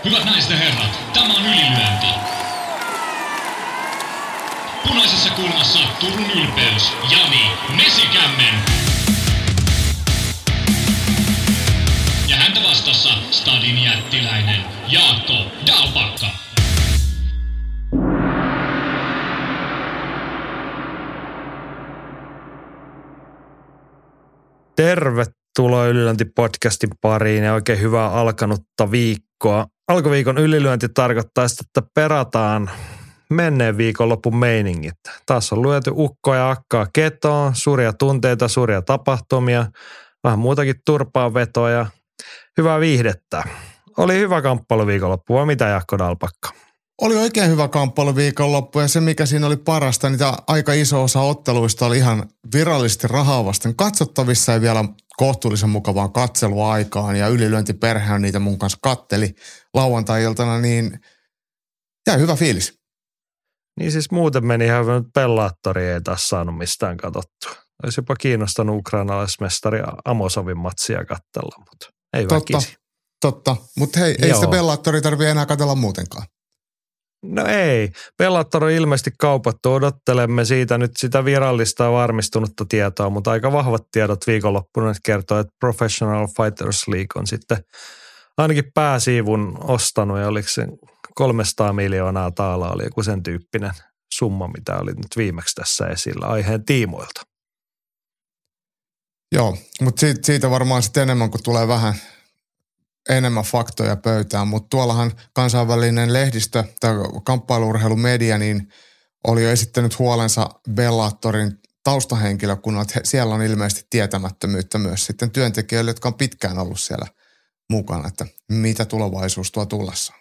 Hyvät naiset ja herrat, tämä on Ylilyönti. Punaisessa kulmassa Turun ylpeys, Jani Mesikämmen. Ja häntä vastassa Stadin jättiläinen Jaakko Dalpakka. Tervetuloa Ylilyönti-podcastin pariin ja oikein hyvää alkanutta viikkoa. Alkuviikon ylilyönti tarkoittaa sitä, että perataan menneen viikonlopun meiningit. Taas on lyöty ukkoa ja akkaa ketoon, suuria tunteita, suuria tapahtumia, vähän muutakin turpaa vetoa ja hyvää viihdettä. Oli hyvä kamppailu viikonloppu, vai mitä Jaakko Dalpakka? Oli oikein hyvä kamppailu viikonloppu ja se mikä siinä oli parasta, niitä aika iso osa otteluista oli ihan virallisesti rahaa vasten katsottavissa ja vielä kohtuullisen mukavaan katseluaikaan ja Ylilyöntiperhe niitä mun kanssa katteli lauantai-iltana, niin jäi hyvä fiilis. Niin siis muuten meni ihan Bellatori ei taas saanut mistään katsottua. Olisi jopa kiinnostanut ukrainalaismestari Amosovin matsia katsella, mutta ei väkisi. Totta, mutta hei, ei sitä Bellatori tarvitse enää katsella muutenkaan. No ei. Bellator on ilmeisesti kaupattu. Odottelemme siitä nyt sitä virallista ja varmistunutta tietoa, mutta aika vahvat tiedot viikonloppuna kertoo, että Professional Fighters League on sitten ainakin pääsiivun ostanut ja oliko se 300 miljoonaa taalaa, oli joku sen tyyppinen summa, mitä oli nyt viimeksi tässä esillä aiheen tiimoilta. Joo, mutta siitä varmaan sitten enemmän, kun tulee vähän enemmän faktoja pöytään, mutta tuollahan kansainvälinen lehdistö tai kamppailu-urheilumedia niin oli jo esittänyt huolensa Bellatorin taustahenkilökunnalta. Siellä on ilmeisesti tietämättömyyttä myös sitten työntekijöille, jotka on pitkään ollut siellä mukana, että mitä tulevaisuus tuo tullessaan.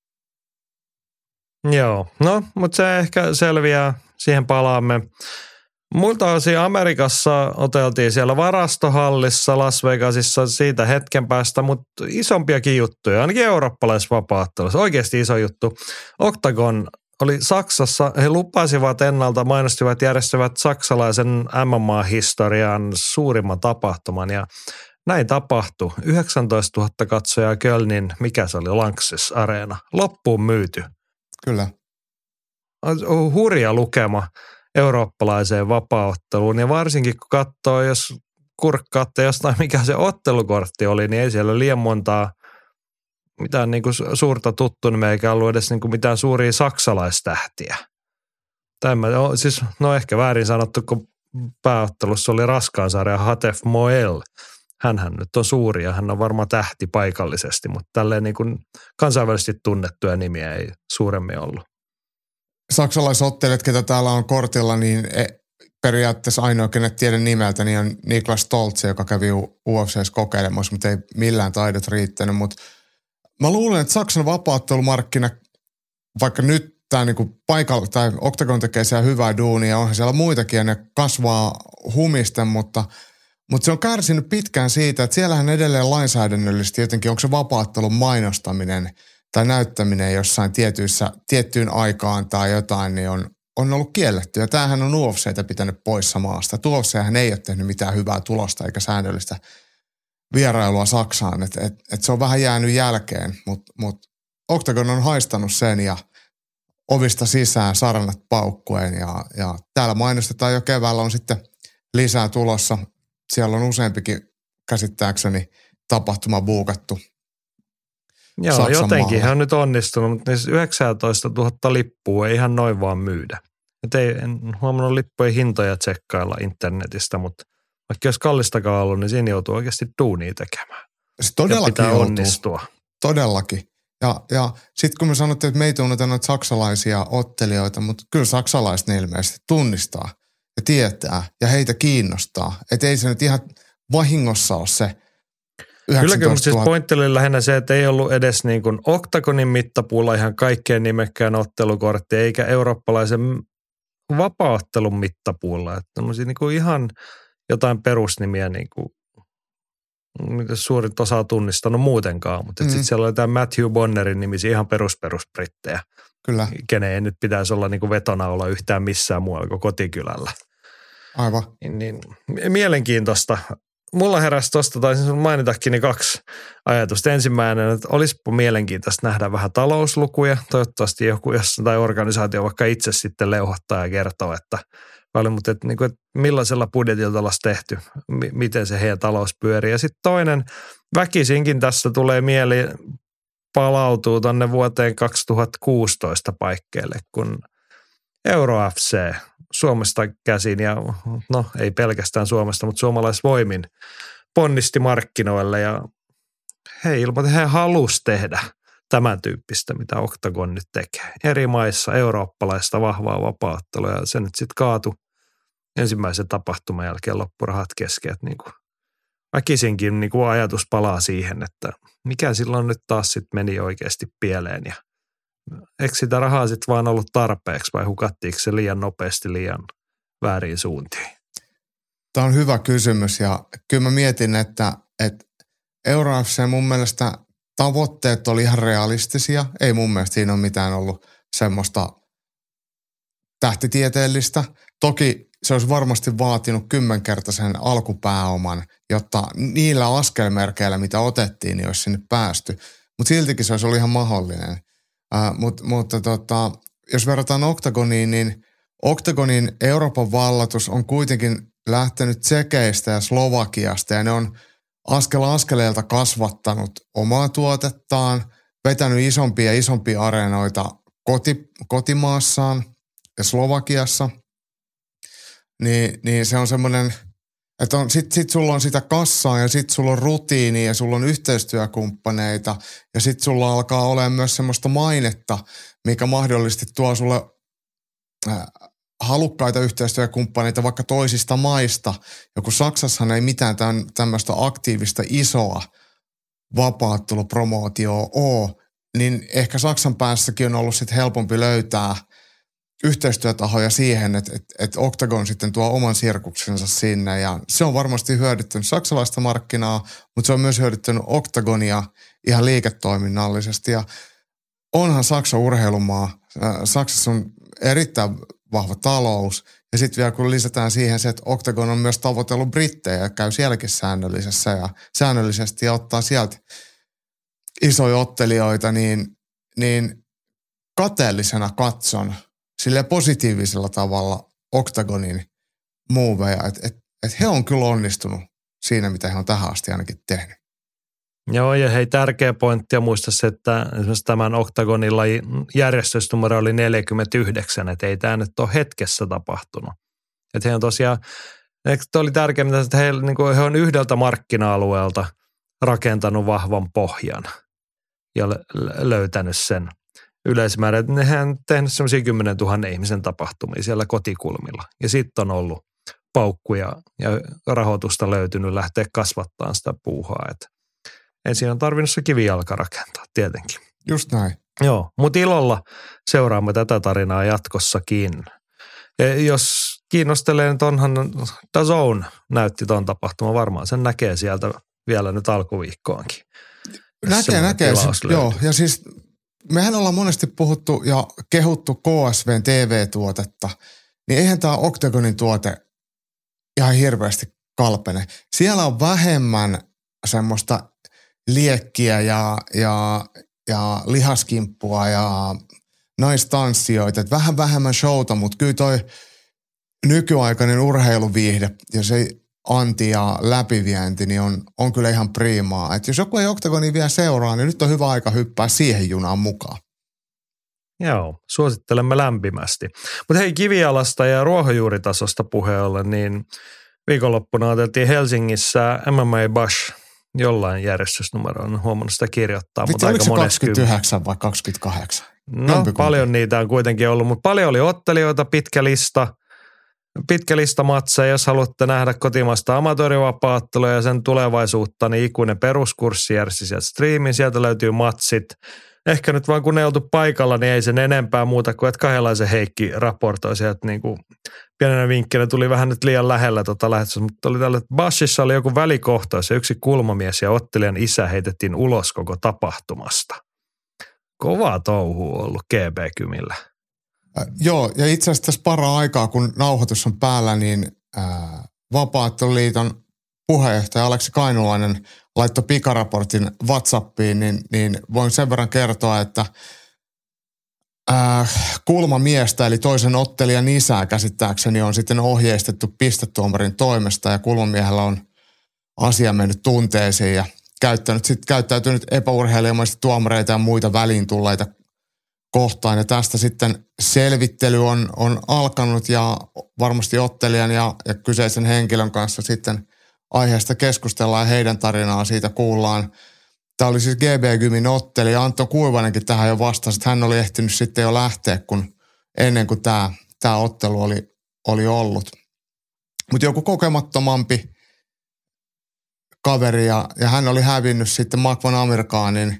Joo, no mutta se ehkä selviää, siihen palaamme. Muilta osin Amerikassa oteltiin siellä varastohallissa Las Vegasissa siitä hetken päästä, mutta isompiakin juttuja, ainakin eurooppalaisvapaa-ottelussa. Oikeasti iso juttu. Octagon oli Saksassa, he lupasivat ennalta, mainostivat, järjestävät saksalaisen MMA-historian suurimman tapahtuman ja näin tapahtui. 19 000 katsojaa Kölnin, mikä se oli, Lanxess Areena, loppuun myyty. Kyllä. Hurja lukema eurooppalaiseen vapaaotteluun ja varsinkin kun katsoo, jos kurkkaatte jostain mikä se ottelukortti oli, niin ei siellä liian montaa mitään niin kuin suurta tuttunut, eikä ollut edes niin kuin mitään suuria saksalaistähtiä. No ehkä väärin sanottu, kun pääottelussa oli Raskaansarja Hatef Moel. Hänhän nyt on suuri ja hän on varmaan tähti paikallisesti, mutta tälleen niin kuin kansainvälisesti tunnettuja nimiä ei suuremmin ollut. Saksalaisottelijat, ketä täällä on kortilla, niin periaatteessa ainoa, kenet tiedän nimeltä, niin on Niklas Stoltze, joka kävi UFC:ssä kokeilemassa, mutta ei millään taidot riittänyt. Mutta mä luulen, että Saksan vapaattelumarkkina, vaikka nyt tämä niinku paikalla, tai Octagon tekee siellä hyvää duunia, onhan siellä muitakin ja ne kasvaa humisten, mutta se on kärsinyt pitkään siitä, että siellähän edelleen lainsäädännöllisesti jotenkin, onko se vapaattelun mainostaminen tai näyttäminen jossain tiettyyn aikaan tai jotain, niin on ollut kielletty. Ja tämähän on UFC:tä pitänyt poissa maasta. UFChän ei ole tehnyt mitään hyvää tulosta eikä säännöllistä vierailua Saksaan. Et se on vähän jäänyt jälkeen, mutta Octagon on haistanut sen ja ovista sisään sarnat paukkuen. Ja täällä mainostetaan jo keväällä on sitten lisää tulossa. Siellä on useampikin käsittääkseni tapahtuma buukattu. Joo, Saksan jotenkin maalla. hän on nyt onnistunut, mutta 19 000 lippua ei ihan noin vaan myydä. En huomannut lippujen hintoja tsekkailla internetistä, mutta vaikka jos kallistakaan ollut, niin siinä joutuu oikeasti duunia tekemään. Se todellakin pitää joutuu. onnistua. Todellakin. Ja sitten kun me sanottiin, että me ei tunneta noita saksalaisia ottelijoita, mutta kyllä saksalaiset ne ilmeisesti tunnistaa ja tietää ja heitä kiinnostaa. Että ei se nyt ihan vahingossa ole se 19 Kyllä, 000. mutta siis pointti oli lähinnä se, että ei ollut edes niin kuin Octagonin mittapuulla ihan kaikkein nimekkään ottelukortti, eikä eurooppalaisen vapaaottelun mittapuulla. Että niin kuin ihan jotain perusnimiä, niin kuin, mitä suurin osa on tunnistanut muutenkaan. Mutta sitten siellä oli tämä Matthew Bonnerin nimisiä ihan perusbrittejä. Kyllä. Kenen ei nyt pitäisi olla niin kuin vetona olla yhtään missään muualla kuin kotikylällä. Aivan. Niin, mielenkiintoista. mulla heräsi tuosta, taisin sun mainitakin, niin 2 ajatusta. Ensimmäinen, että olisipa mielenkiintoista nähdä vähän talouslukuja. Toivottavasti joku tai organisaatio vaikka itse sitten leuhottaa ja kertoo, että millaisella budjetilla ollaan tehty, miten se heidän talous pyörii. Ja sitten toinen, väkisinkin tässä tulee mieli, palautuu tonne vuoteen 2016 paikkeelle, kun Euro FC Suomesta käsin ja no ei pelkästään Suomesta, mutta suomalaisvoimin ponnisti markkinoille ja he ilmoitti, he halusi tehdä tämän tyyppistä, mitä Octagon nyt tekee. Eri maissa eurooppalaista vahvaa vapauttelua ja se nyt sitten kaatui ensimmäisen tapahtuman jälkeen loppurahat kesken. Että niin kuin väkisinkin niin kuin ajatus palaa siihen, että mikä silloin nyt taas sitten meni oikeasti pieleen ja eikö sitä rahaa sitten vaan ollut tarpeeksi vai hukattiinko se liian nopeasti liian väärin suuntiin? Tämä on hyvä kysymys ja kyllä mä mietin, että Euro FC mun mielestä tavoitteet oli ihan realistisia. Ei mun mielestä siinä ole mitään ollut semmoista tähtitieteellistä. Toki se olisi varmasti vaatinut 10-kertaisen alkupääoman, jotta niillä askelmerkeillä, mitä otettiin, niin olisi sinne päästy. Mutta siltikin se olisi ollut ihan mahdollinen. Mutta jos verrataan Octagoniin, niin Octagonin Euroopan vallatus on kuitenkin lähtenyt Tsekeistä ja Slovakiasta ja ne on askeleelta kasvattanut omaa tuotettaan, vetänyt isompia ja isompia areenoita kotimaassaan ja Slovakiassa, niin se on semmoinen, että sit sulla on sitä kassaa ja sit sulla on rutiinia ja sulla on yhteistyökumppaneita ja sit sulla alkaa olemaan myös semmoista mainetta, mikä mahdollisesti tuo sulle halukkaita yhteistyökumppaneita vaikka toisista maista. Joku Saksassahan ei mitään tämmöistä aktiivista isoa vapaattelupromootioa ole, niin ehkä Saksan päässäkin on ollut sitten helpompi löytää yhteistyötahoja siihen, että Octagon sitten tuo oman sirkuksensa sinne ja se on varmasti hyödyttänyt saksalaista markkinaa, mutta se on myös hyödyttänyt Octagonia ihan liiketoiminnallisesti ja onhan Saksa urheilumaa. Saksassa on erittäin vahva talous ja sitten vielä kun lisätään siihen se, että Octagon on myös tavoitellut brittejä ja käy sielläkin säännöllisesti ja ottaa sieltä isoja ottelijoita, niin kateellisena katson silleen positiivisella tavalla Octagonin moveja, että he on kyllä onnistunut siinä, mitä he on tähän asti ainakin tehnyt. Joo, ja hei, tärkeä pointti ja muista se, että esimerkiksi tämän Octagonilla järjestysnumero oli 49, että ei tämä nyt ole hetkessä tapahtunut. Että he on tosiaan, oli tärkeää, että he on yhdeltä markkina-alueelta rakentanut vahvan pohjan ja löytänyt sen yleismäärän. Nehän on tehnyt semmoisia 10 000 ihmisen tapahtumia siellä kotikulmilla. Ja sitten on ollut paukkuja ja rahoitusta löytynyt lähteä kasvattaa sitä puuhaa. Ensin on tarvinnut se kivijalka rakentaa tietenkin. Just näin. Joo, mutta ilolla seuraamme tätä tarinaa jatkossakin. Ja jos kiinnostelee, nyt onhan DAZN näytti ton tapahtuman. Varmaan sen näkee sieltä vielä nyt alkuviikkoonkin. Näkee. Joo, ja siis mehän ollaan monesti puhuttu ja kehuttu KSVn TV-tuotetta, niin eihän tämä Octagonin tuote ihan hirveästi kalpene. Siellä on vähemmän semmoista liekkiä ja lihaskimppua ja naistanssijoita, että vähän vähemmän showta, mutta kyllä toi nykyaikainen urheiluviihde ja se anti ja läpivienti niin on kyllä ihan priimaa. Että jos joku ei Octagonia vielä seuraa, niin nyt on hyvä aika hyppää siihen junaan mukaan. Joo, suosittelemme lämpimästi. Mutta hei, kivijalasta ja ruohonjuuritasosta puheen ollen, niin viikonloppuna oteltiin Helsingissä MMA Bash jollain järjestysnumeroon. En huomannut sitä kirjoittaa. Vittu, oliko se 29 vai 28? No, paljon niitä on kuitenkin ollut, mutta paljon oli ottelijoita, pitkä lista matseja. Jos haluatte nähdä kotimaista amatöörivapaattelua ja sen tulevaisuutta, niin ikuinen peruskurssi järjesti sieltä striimin. Sieltä löytyy matsit. Ehkä nyt vaan kun ne oltu paikalla, niin ei sen enempää muuta kuin, että Kahelaisen Heikki raportoi sieltä niin kuin pienenä vinkkinä tuli vähän nyt liian lähellä lähetystä, mutta oli tällä, että Bashissa oli joku välikohtaus ja yksi kulmamies ja ottelijan isä heitettiin ulos koko tapahtumasta. Kova touhu on ollut GB-kymillä. Joo, ja itse asiassa tässä aikaa, kun nauhoitus on päällä, niin Vapaatteluliiton puheenjohtaja Aleksi Kainulainen laittoi pikaraportin WhatsAppiin, niin voin sen verran kertoa, että kulmamiestä eli toisen ottelijan isää käsittääkseni on sitten ohjeistettu pistetuomarin toimesta ja kulmamiehellä on asia mennyt tunteisiin ja käyttäytynyt epäurheilijamaisesti tuomareita ja muita väliin tulleita kohtaan. Ja tästä sitten selvittely on alkanut ja varmasti ottelijan ja kyseisen henkilön kanssa sitten aiheesta keskustellaan ja heidän tarinaa siitä kuullaan. Tämä oli siis GB Gymin ottelija. Antto Kuivanenkin tähän jo vastasi, että hän oli ehtinyt sitten jo lähteä ennen kuin tämä ottelu oli ollut. Mutta joku kokemattomampi kaveri ja hän oli hävinnyt sitten Makvan Amerikaanin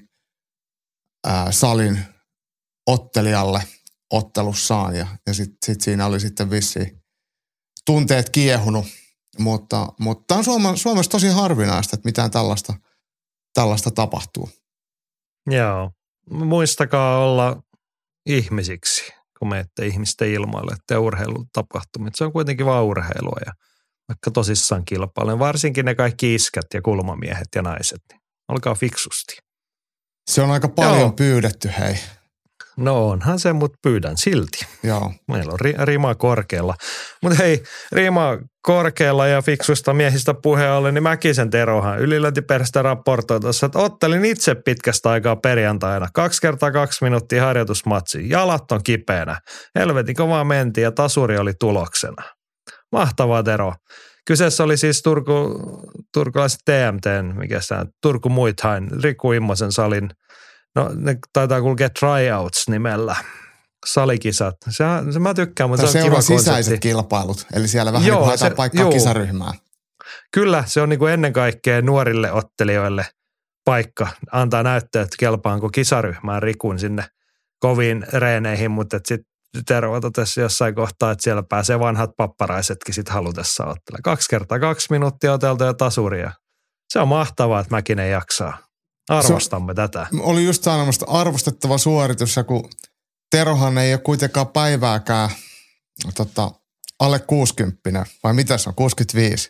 salin ottelijalle ottelussaan ja sit siinä oli sitten vissiin tunteet kiehunut, mutta tämä on Suomessa tosi harvinaista, että mitään tällaista tapahtuu. Joo, muistakaa olla ihmisiksi, kun menette ihmisten ilmoille ja urheilutapahtumia. Se on kuitenkin vaan urheilua ja vaikka tosissaan kilpailen, varsinkin ne kaikki iskät ja kulmamiehet ja naiset, niin olkaa fiksusti. Se on aika paljon pyydetty, hei. No onhan se, mutta pyydän silti. Joo. Meillä on rima korkealla. Mutta hei, rima korkealla ja fiksuista miehistä puheen ollen, niin Mäkisen Terohan ylilöintiperäistä raportoi tuossa, että ottelin itse pitkästä aikaa perjantaina. 2 kertaa 2 minuuttia harjoitusmatsi. Jalat on kipeänä. Helvetin kovaa mentiin ja tasuri oli tuloksena. Mahtavaa, Tero. Kyseessä oli siis turkulaiset TMTn, Turku Muay Thain, Riku Immosen salin. No ne taitaa kulkea tryouts nimellä. Salikisat. Se mä tykkään, mutta se on kiva konsepti. Sisäiset kilpailut, eli siellä vähän niin haetaan paikkaa kisaryhmään. Kyllä, se on niin kuin ennen kaikkea nuorille ottelijoille paikka. Antaa näyttää, että kelpaanko kisaryhmään Rikun sinne koviin reeneihin, mutta sitten Tero totesi jossain kohtaa, että siellä pääsee vanhat papparaisetkin sitten halutessa ottelemaan. 2 kertaa 2 minuuttia otelta ja tasuria. Se on mahtavaa, että Mäkinen jaksaa. Arvostamme tätä. Oli just sanomasta arvostettava suoritus, ja kun Terohan ei ole kuitenkaan päivääkään alle 60, vai mitä se on, 65?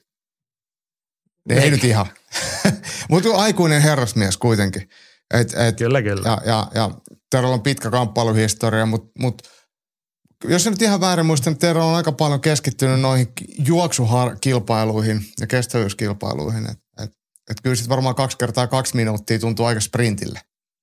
Ei nyt ihan. Mutta aikuinen herrasmies kuitenkin. Kyllä. Ja Terolla on pitkä kamppailuhistoria, mutta jos en nyt ihan väärin muista, niin Tero on aika paljon keskittynyt noihin juoksukilpailuihin ja kestävyyskilpailuihin. Että kyllä sitten varmaan 2 kertaa 2 minuuttia tuntuu aika sprintille.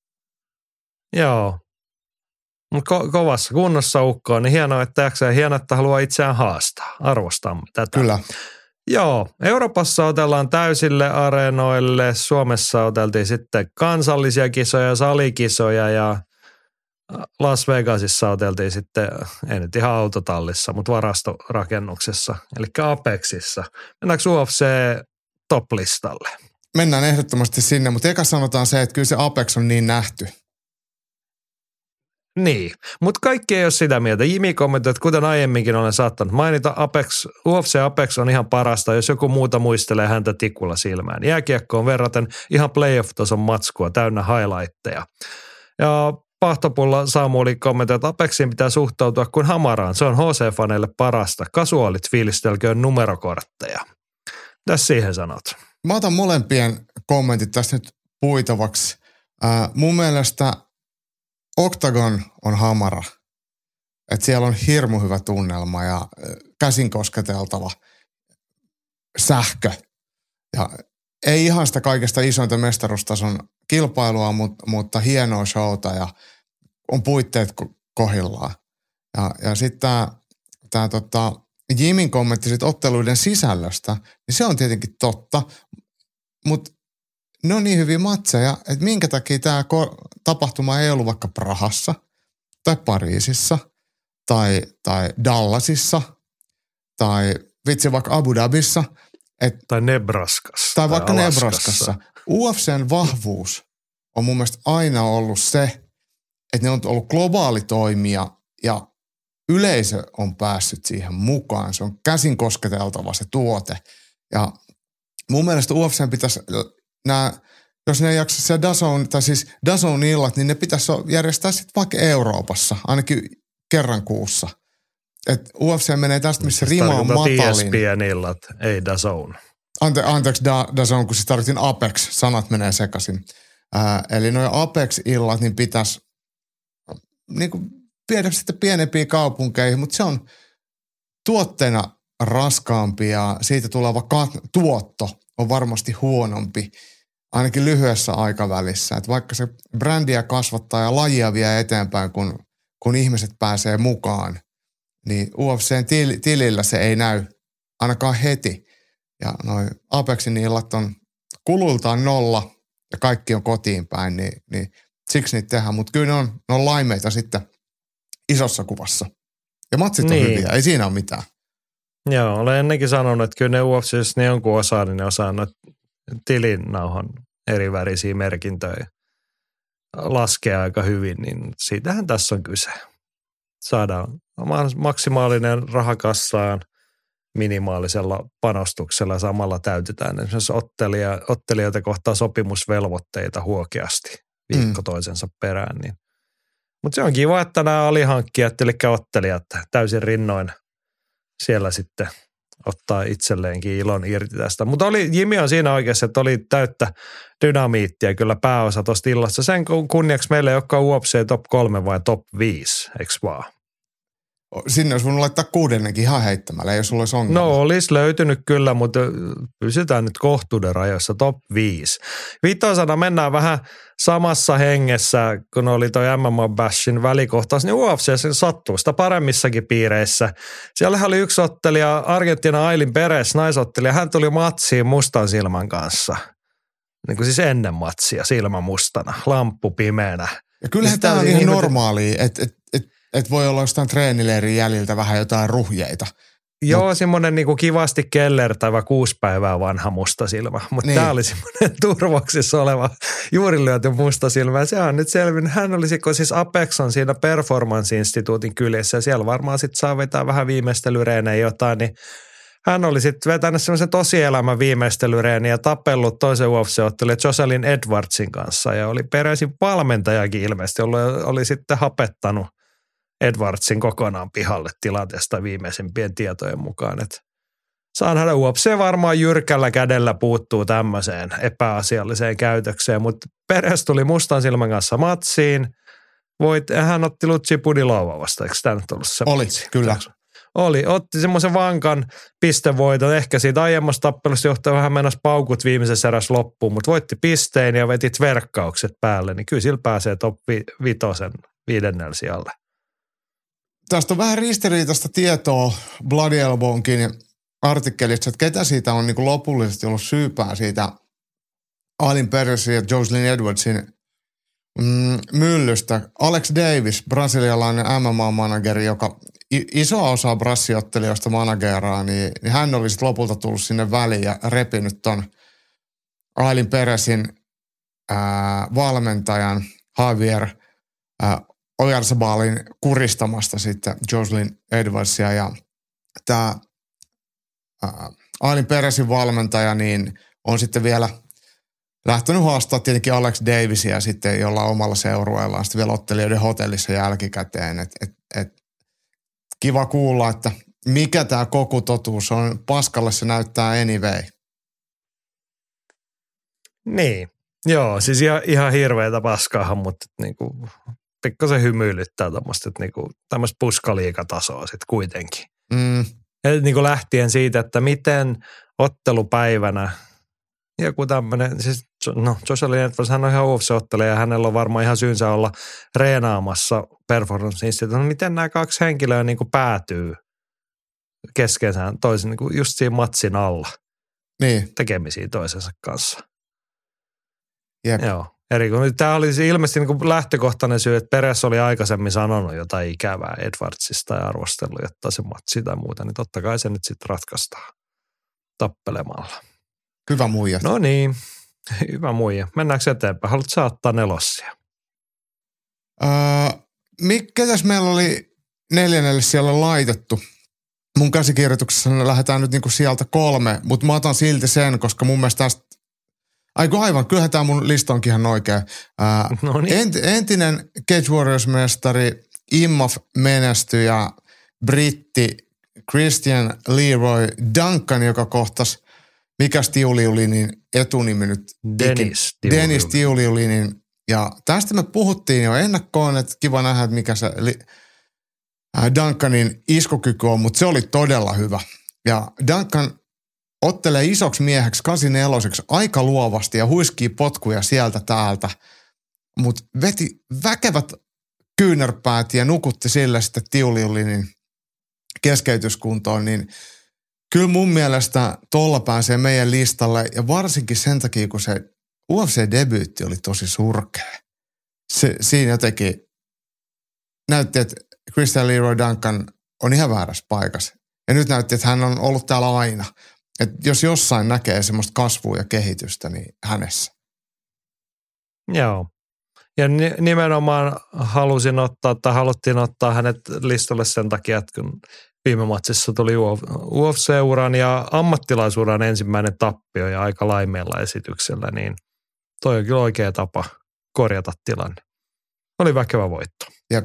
Joo. Mutta kovassa kunnossa ukkoa, niin hienoa, että jaksaa ja hienoa, että haluaa itseään haastaa. Arvostamme tätä. Kyllä. Joo. Euroopassa otellaan täysille areenoille. Suomessa oteltiin sitten kansallisia kisoja, salikisoja ja Las Vegasissa oteltiin sitten, ei nyt ihan autotallissa, mutta varastorakennuksessa, eli Apexissa. Mennäänkö UFC top-listalle? Mennään ehdottomasti sinne, mutta eka sanotaan se, että kyllä se Apex on niin nähty. Niin, mutta kaikki ei ole sitä mieltä. Jimi kommentoi, että kuten aiemminkin olen saattanut mainita, UFC Apex on ihan parasta, jos joku muuta muistelee häntä tikulla silmään. Jääkiekkoon verraten ihan playoff-tason matskua, täynnä highlightteja. Ja Pahtopulla Samuli kommentoi, että Apexiin pitää suhtautua kuin hamaraan. Se on HC-faneille parasta. Kasuaalit fiilistelköön numerokortteja. Tässä siihen sanot. Mä otan molempien kommentit tästä nyt puitavaksi. Mun mielestä Octagon on hamara. Että siellä on hirmu hyvä tunnelma ja käsin kosketeltava sähkö. Ja ei ihan sitä kaikesta isointa mestaruustason kilpailua, mutta hienoa showta ja on puitteet kohillaan. Ja sitten tämä Jimin kommentti sit otteluiden sisällöstä, niin se on tietenkin totta, mutta ne on niin hyviä matseja, että minkä takia tämä tapahtuma ei ollut vaikka Prahassa tai Pariisissa tai Dallasissa tai vitsi vaikka Abu Dhabissa. Tai Nebraskassa. Tai vaikka Nebraskassa. UFCn vahvuus on mun mielestä aina ollut se, että ne on ollut globaali toimija ja yleisö on päässyt siihen mukaan. Se on käsin kosketeltava se tuote. Ja mun mielestä UFCn pitäisi jos ne ei jaksa siellä DAZN illat, niin ne pitäisi järjestää sitten vaikka Euroopassa, ainakin kerran kuussa. Että UFC menee tästä, missä rima on matalin. ESPN illat, ei DAZN. Anteeksi Dazon, kun siis tarvitsin Apex, sanat menee sekaisin. Eli nuo Apex-illat, niin pitäisi niin kuin viedä sitten pienempiin kaupunkeihin, mutta se on tuotteena raskaampi ja siitä tuleva tuotto on varmasti huonompi, ainakin lyhyessä aikavälissä. Että vaikka se brändiä kasvattaa ja lajia vie eteenpäin, kun ihmiset pääsee mukaan, niin UFCn tilillä se ei näy ainakaan heti. Ja noi Apexin illat on kulultaan 0 ja kaikki on kotiin päin, niin siksi niitä tehdään. Mutta kyllä ne on laimeita sitten isossa kuvassa. Ja matsit on hyviä, ei siinä ole mitään. Joo, olen ennenkin sanonut, että kyllä ne UFC, jos ne jonkun osaa, niin ne osaa noita tilinauhan eri värisiä merkintöjä laskea aika hyvin, niin siitähän tässä on kyse. Saadaan maksimaalinen raha kassaan minimaalisella panostuksella ja samalla täytetään esimerkiksi ottelijoita kohtaa sopimusvelvoitteita huokeasti viikko toisensa perään. Niin. Mutta se on kiva, että nämä alihankkijat, eli ottelijat täysin rinnoin siellä sitten ottaa itselleenkin ilon irti tästä. Mutta Jimmy on siinä oikeassa, että oli täyttä dynamiittia kyllä pääosa tuosta illasta. Sen kunniaksi meille ei olekaan UFC top 3 vai top 5, eikö vaan? Sinne olisi voinut laittaa 6 ihan heittämällä, jos sulla olisi ongelma. No olisi löytynyt kyllä, mutta pysytään nyt kohtuuden rajoissa top 5. Viitosana mennään vähän samassa hengessä, kun oli toi MMA-bashin välikohtaus, niin UFC sattuu sitä paremmissakin piireissä. Siellä oli yksi ottelija, Argentiina Ailin Perez, naisottelija, hän tuli matsiin mustan silmän kanssa. Niin kuin siis ennen matsia, silmä mustana, lamppu pimeänä. Ja kyllähän tämä on ihan normaalia, että voi olla jostain treenileirin jäljiltä vähän jotain ruhjeita. Joo, semmoinen niinku kivasti kellertävä 6 päivää vanha musta silmä. Mutta niin. Tämä oli semmoinen turvoksissa oleva juuri lyöty musta silmä. Ja se on nyt selvinnyt. Hän oli siis Apex on siinä Performance-instituutin kyljessä. Ja siellä varmaan sitten saa vetää vähän viimeistelyreenejä jotain. Niin hän oli sitten vetänyt semmoisen tosielämän viimeistelyreenin ja tapellut toisen UFC-ottelijan Jocelyn Edwardsin kanssa. Ja oli peräisin valmentajakin ilmeisesti. Oli sitten hapettanut Edwardsin kokonaan pihalle tilanteesta viimeisimpien tietojen mukaan. Että saa nähdä, UFC varmaan jyrkällä kädellä puuttuu tämmöiseen epäasialliseen käytökseen, mutta Perez tuli mustan silmän kanssa matsiin. Hän otti Lutsi Pudilova vasta, eikö tämä nyt ollut se? Oli, kyllä. Otti semmoisen vankan pistevoiton. Ehkä siitä aiemmasta tappelusta johtaa vähän mennäs paukut viimeisessä erässä loppuun, mutta voitti pisteen ja veti verkkaukset päälle, niin kyllä sillä pääsee top 5 5. sijalle. Tästä on vähän ristiriitaista tietoa Bloody Elbow'nkin artikkelissa, että ketä siitä on niin kuin lopullisesti ollut syypää siitä Ailin Perezin ja Jocelyn Edwardsin myllystä. Alex Davis, brasilialainen MMA-manageri, joka iso osa brassiottelijoista manageraa, niin hän oli sitten lopulta tullut sinne väliin ja repinyt ton Ailin Perezin valmentajan Javier Oyarzabalin kuristamasta sitten Jocelyn Edwardsia ja tämä Ailin Perezin valmentaja niin on sitten vielä lähtenyt haastaa tietenkin Alex Davisia sitten, jolla omalla seurueellaan sitten vielä ottelijoiden hotellissa jälkikäteen. Et kiva kuulla, että mikä tämä kokutotuus on. Paskalle se näyttää anyway. Niin, joo, siis ihan hirveätä paskaahan, mutta niinku pikkasen hymyilyttää tämmöistä puskaliikatasoa sitten kuitenkin. Niinku lähtien siitä, että miten ottelupäivänä joku tämmöinen, siis Jocelyn Edwards, hän on ihan UFC-ottelija ja hänellä on varmaan ihan syynsä olla reenaamassa Performance Institute. Miten nämä 2 henkilöä niinku päätyy keskeensä toisen niinku just siinä matsin alla tekemisiin toisensa kanssa. Jep. Joo. Tämä oli ilmeisesti niin lähtökohtainen syy, että Perez oli aikaisemmin sanonut jotain ikävää Edwardsista ja arvostellut, jotta se matsi tai muuta, niin totta kai se nyt sitten ratkaistaan tappelemalla. Hyvä muija. No niin, hyvä muija. Mennäänkö eteenpäin? Haluatko saattaa 4? Ketäs meillä oli 4 siellä laitettu? Mun käsikirjoituksessa lähdetään nyt niinku sieltä 3, mutta mä otan silti sen, koska mun mielestä tästä aivan, kyllähän tämä mun lista onkin ihan oikea. No niin. Entinen Cage Warriors-mestari, IMMAF-menestyjä, britti Christian Leroy Duncan, joka kohtasi mikäs Tiuliulinin etunimi nyt? Dennis Tiuliulinin. Ja tästä me puhuttiin jo ennakkoon, että kiva nähdä, että mikä se Duncanin iskukyky on, mutta se oli todella hyvä. Ja Duncan ottelee isoksi mieheksi 84 aika luovasti ja huiskii potkuja sieltä täältä, mutta veti väkevät kyynärpäät ja nukutti sille sitten Tiuliulinin keskeytyskuntoon, niin kyllä mun mielestä tolla pääsee meidän listalle ja varsinkin sen takia, kun se UFC-debyytti oli tosi surkea. Siinä jotenkin näytti, että Christian Leroy Duncan on ihan väärässä paikassa. Ja nyt näytti, että hän on ollut täällä aina. Että jos jossain näkee semmoista kasvua ja kehitystä, niin hänessä. Joo. Ja nimenomaan haluttiin ottaa hänet listalle sen takia, että kun viime matsissa tuli UFC-uran ja ammattilaisuran ensimmäinen tappio ja aika laimeella esityksellä, niin toi on kyllä oikea tapa korjata tilanne. Oli väkevä voitto. Jep.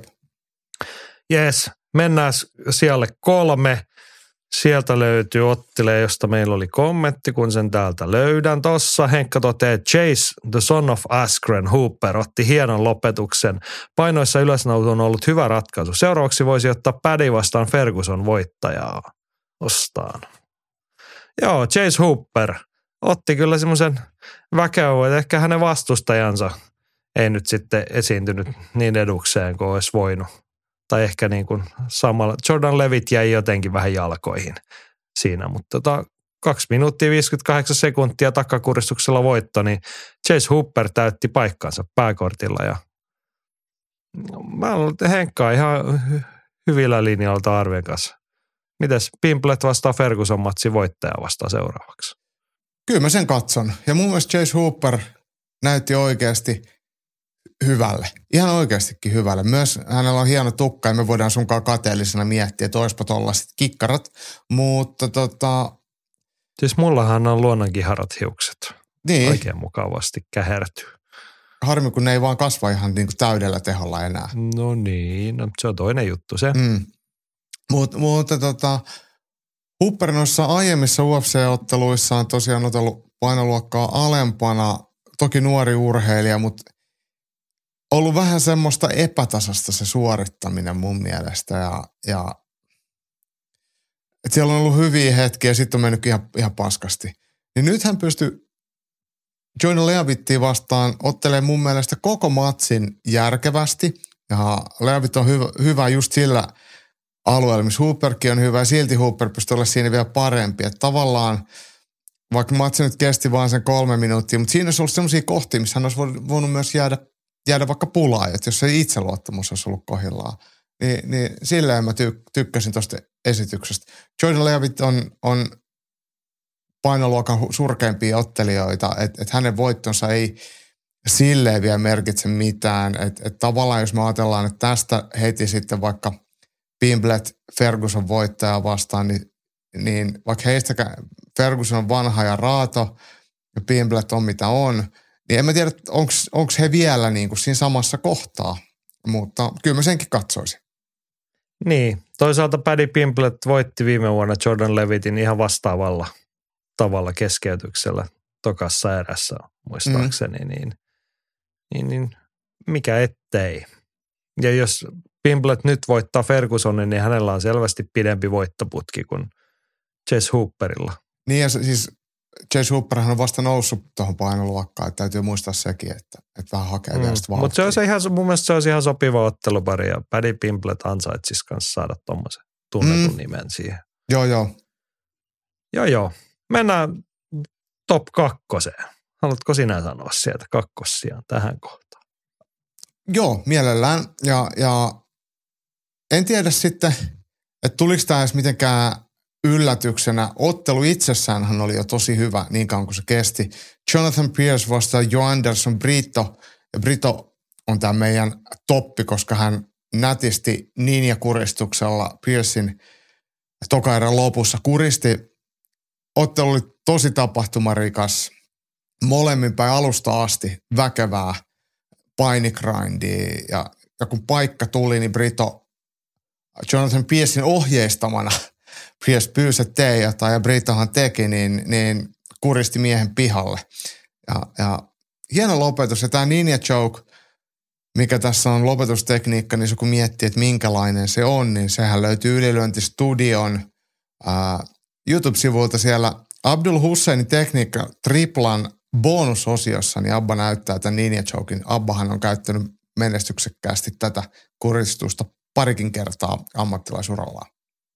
Jes, mennään sijalle 3. Sieltä löytyy ottelee, josta meillä oli kommentti, kun sen täältä löydän. Tossa Henkka toteaa, Chase, the son of Askren, Hooper, otti hienon lopetuksen. Painoissa ylösnousu on ollut hyvä ratkaisu. Seuraavaksi voisi ottaa Paddy vastaan Ferguson voittajaa ostaan. Joo, Chase Hooper otti kyllä semmoisen väkevän, että ehkä hänen vastustajansa ei nyt sitten esiintynyt niin edukseen kuin olisi voinut. Tai ehkä niin kuin samalla. Jordan Levitt jäi jotenkin vähän jalkoihin siinä, mutta 2 minuuttia 58 sekuntia takakuristuksella voitto, niin Chase Hooper täytti paikkansa pääkortilla ja mä olen Henkka ihan hyvillä linjoilta arvien kanssa. Mites Pimplet vastaa Ferguson matsi voittaja vastaa seuraavaksi? Kyllä mä sen katson. Ja mun mielestä Chase Hooper näytti oikeasti hyvälle. Ihan oikeastikin hyvälle. Myös hänellä on hieno tukka ja me voidaan sunkaan kateellisena miettiä, että oispa tollaiset kikkarat. Mutta Siis mullahan on luonnonkiharat hiukset. Niin. Oikein mukavasti kähertyy. Harmi, kun ne ei vaan kasva ihan niin kuin täydellä teholla enää. No niin, no, se on toinen juttu se. Mutta Hooper noissa aiemmissa UFC-otteluissa on tosiaan otellut painoluokkaa alempana. Toki nuori urheilija, mutta ollut vähän semmoista epätasasta se suorittaminen mun mielestä ja että siellä on ollut hyviä hetkiä ja sitten on mennyt ihan paskasti. Niin nyt hän pystyi Joyner Leavittia vastaan ottelee mun mielestä koko matsin järkevästi ja Leavitt on hyvä just sillä alueella, missä Hooperkin on hyvä ja silti Hooper pystyy olla siinä vielä parempi. Että tavallaan, vaikka matsi nyt kesti vaan sen 3 minuuttia, mutta siinä olisi ollut sellaisia kohtia, missä hän olisi voinut myös jäädä vaikka pulaan, että jos se itseluottamus olisi ollut kohdillaan. Niin silleen mä tykkäsin tuosta esityksestä. Jordan Leavitt on painoluokan surkeimpia ottelijoita, että hänen voittonsa ei silleen vielä merkitse mitään. Että tavallaan jos me ajatellaan, että tästä heti sitten vaikka Pimblet Ferguson voittaja vastaan, niin vaikka heistäkään Ferguson on vanha ja raato ja Pimblet on mitä on, niin en mä tiedä, onko he vielä niin kuin siinä samassa kohtaa, mutta kyllä mä senkin katsoisin. Niin, toisaalta Paddy Pimblet voitti viime vuonna Jordan Levittin ihan vastaavalla tavalla keskeytyksellä tokassa erässä muistaakseni, niin mikä ettei. Ja jos Pimblet nyt voittaa Fergusonin, niin hänellä on selvästi pidempi voittoputki kuin Chase Hooperilla. Niin ja siis Chase Hooperhan on vasta noussut tuohon painoluokkaan, että täytyy muistaa sekin, että vähän hakee vielä sitä vauhtia. Mutta mun mielestä se olisi ihan sopiva ottelupari ja Paddy Pimblet ansaitsisi kanssa saada tuommoisen tunnetun nimen siihen. Joo. Mennään top 2. Haluatko sinä sanoa sieltä kakkossiaan tähän kohtaan? Joo, mielellään. Ja en tiedä sitten, että tuliko tämä edes mitenkään yllätyksenä. Ottelu itsessäänhän oli jo tosi hyvä niin kauan kuin se kesti. Jonathan Pierce vastaan Jo Anderson Brito. Ja Brito on tämä meidän toppi, koska hän nätisti ninjakuristuksella Piercein tokaerän lopussa kuristi. Ottelu oli tosi tapahtumarikas. Molemmin päin alusta asti väkevää painikrindia. Ja kun paikka tuli, niin Brito Jonathan Piercein ohjeistamana Pierce pyysi, että tee jotain ja Britohan teki, niin kuristi miehen pihalle. Ja hieno lopetus. Ja tämä Ninja Choke, mikä tässä on lopetustekniikka, niin se kun miettii, että minkälainen se on, niin sehän löytyy Ylilyöntistudion YouTube-sivulta siellä Abdul Husseinin tekniikka triplan bonusosiossa, niin Abba näyttää tämän Ninja Choken. Abbahan on käyttänyt menestyksekkäästi tätä kuristusta parikin kertaa ammattilaisurallaan.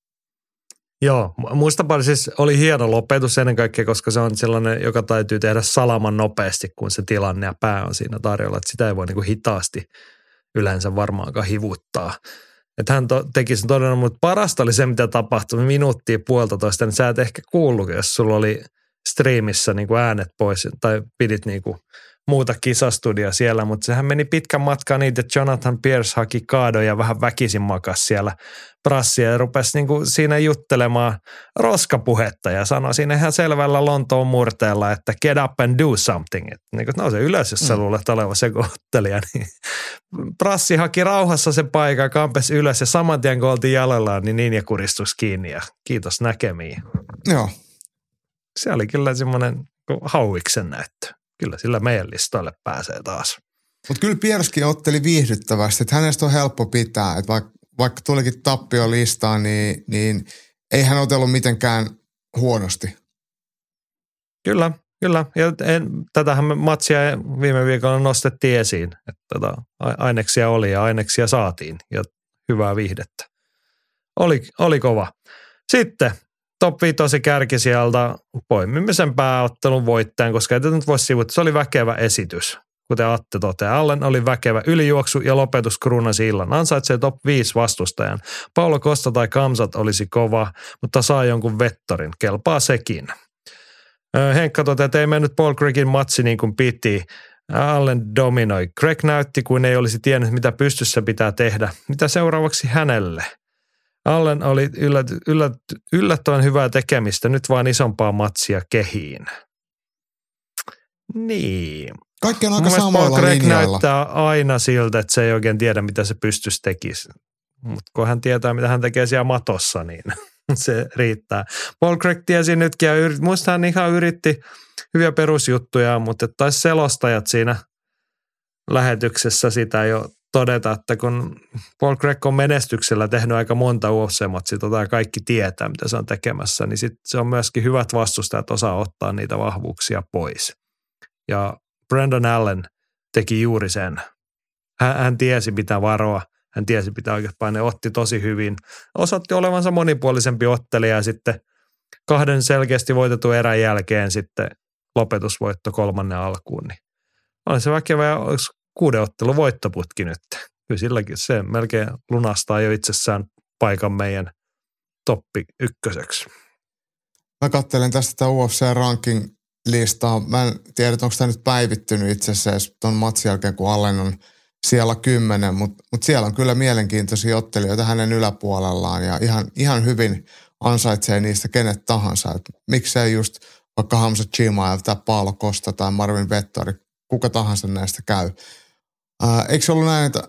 Joo, muista paljon siis oli hieno lopetus ennen kaikkea, koska se on sellainen, joka täytyy tehdä salaman nopeasti, kun se tilanne ja pää on siinä tarjolla. Että sitä ei voi niinku hitaasti yleensä varmaankaan hivuttaa. Että hän teki sen todella, mutta parasta oli se, mitä tapahtui minuuttia puolitoista, niin sä et ehkä kuullut, jos sulla oli striimissä niinku äänet pois tai pidit niinku muuta kisastudia siellä, mutta sehän meni pitkän matkan niitä, että Jonathan Pierce haki kaadon ja vähän väkisin makas siellä prassia ja rupesi niinku siinä juttelemaan roskapuhetta ja sanoi siinä ihan selvällä Lontoon murteella, että get up and do something. Että niinku, nouse ylös, jos sä luulet oleva se kohtelija. Niin prassi haki rauhassa sen paikan, kampesi ylös ja saman tien kun oltiin jalallaan, niin Ninja kuristus kiinni ja kiitos näkemiin. Joo. Se oli kyllä semmoinen hauiksen näyttö. Kyllä sillä meidän listoille pääsee taas. Mutta kyllä Pierskin otteli viihdyttävästi, että hänestä on helppo pitää. Että vaikka tulikin tappio listaan, niin ei hän otellut mitenkään huonosti. Kyllä. Ja tätähän me matsia viime viikolla nostettiin esiin, että aineksia oli ja aineksia saatiin ja hyvää viihdettä. Oli kova. Sitten top 5 kärki sieltä, poimimme sen pääottelun voittajan, koska ei tätä nyt voi sivuuttaa. Se oli väkevä esitys, kuten Atte toteaa. Allen oli väkevä ylijuoksu ja lopetus kruunasi illan. Ansaitsee top 5 vastustajan. Paulo Costa tai Kamsat olisi kova, mutta saa jonkun vettorin. Kelpaa sekin. Henkka toteaa, että ei mennyt Paul Craigin matsi niin kuin piti. Allen dominoi. Craig näytti, kuin ei olisi tiennyt, mitä pystyssä pitää tehdä. Mitä seuraavaksi hänelle? Allen oli yllättävän hyvää tekemistä, nyt vaan isompaa matsia kehiin. Niin. Kaikki on aika samoilla Craig linjoilla. näyttää aina siltä, että se ei oikein tiedä, mitä se pystyisi tekisi. Mutta kun hän tietää, mitä hän tekee siellä matossa, niin se riittää. Paul Craig tiesi nytkin ja muista hän ihan yritti hyviä perusjuttuja, mutta taisi selostajat siinä lähetyksessä sitä jo todeta, että kun Paul Craig on menestyksellä tehnyt aika monta UFC-matsia, ja kaikki tietää, mitä se on tekemässä, niin sit se on myöskin hyvät vastustajat osaa ottaa niitä vahvuuksia pois. Ja Brendan Allen teki juuri sen. Hän tiesi, mitä varoa, hän tiesi, mitä oikeastaan ne otti tosi hyvin. Osoitti olevansa monipuolisempi ottelija ja sitten 2 selkeästi voitetun erän jälkeen sitten lopetusvoitto 3. alkuun. Niin oli se väkevä ja 6 ottelun voittoputki nyt. Kyllä silläkin se melkein lunastaa jo itsessään paikan meidän toppi 1. Mä katselen tästä tätä UFC-ranking-listaa. Mä en tiedä, onko tämä nyt päivittynyt itse asiassa tuon matsin jälkeen, kun Allen on siellä 10, mutta siellä on kyllä mielenkiintoisia ottelijoita hänen yläpuolellaan ja ihan hyvin ansaitsee niistä kenet tahansa. Et miksei just vaikka Hamza Chimaev tai Paulo Costa tai Marvin Vettori, kuka tahansa näistä käy. Eikö se ollut näin, että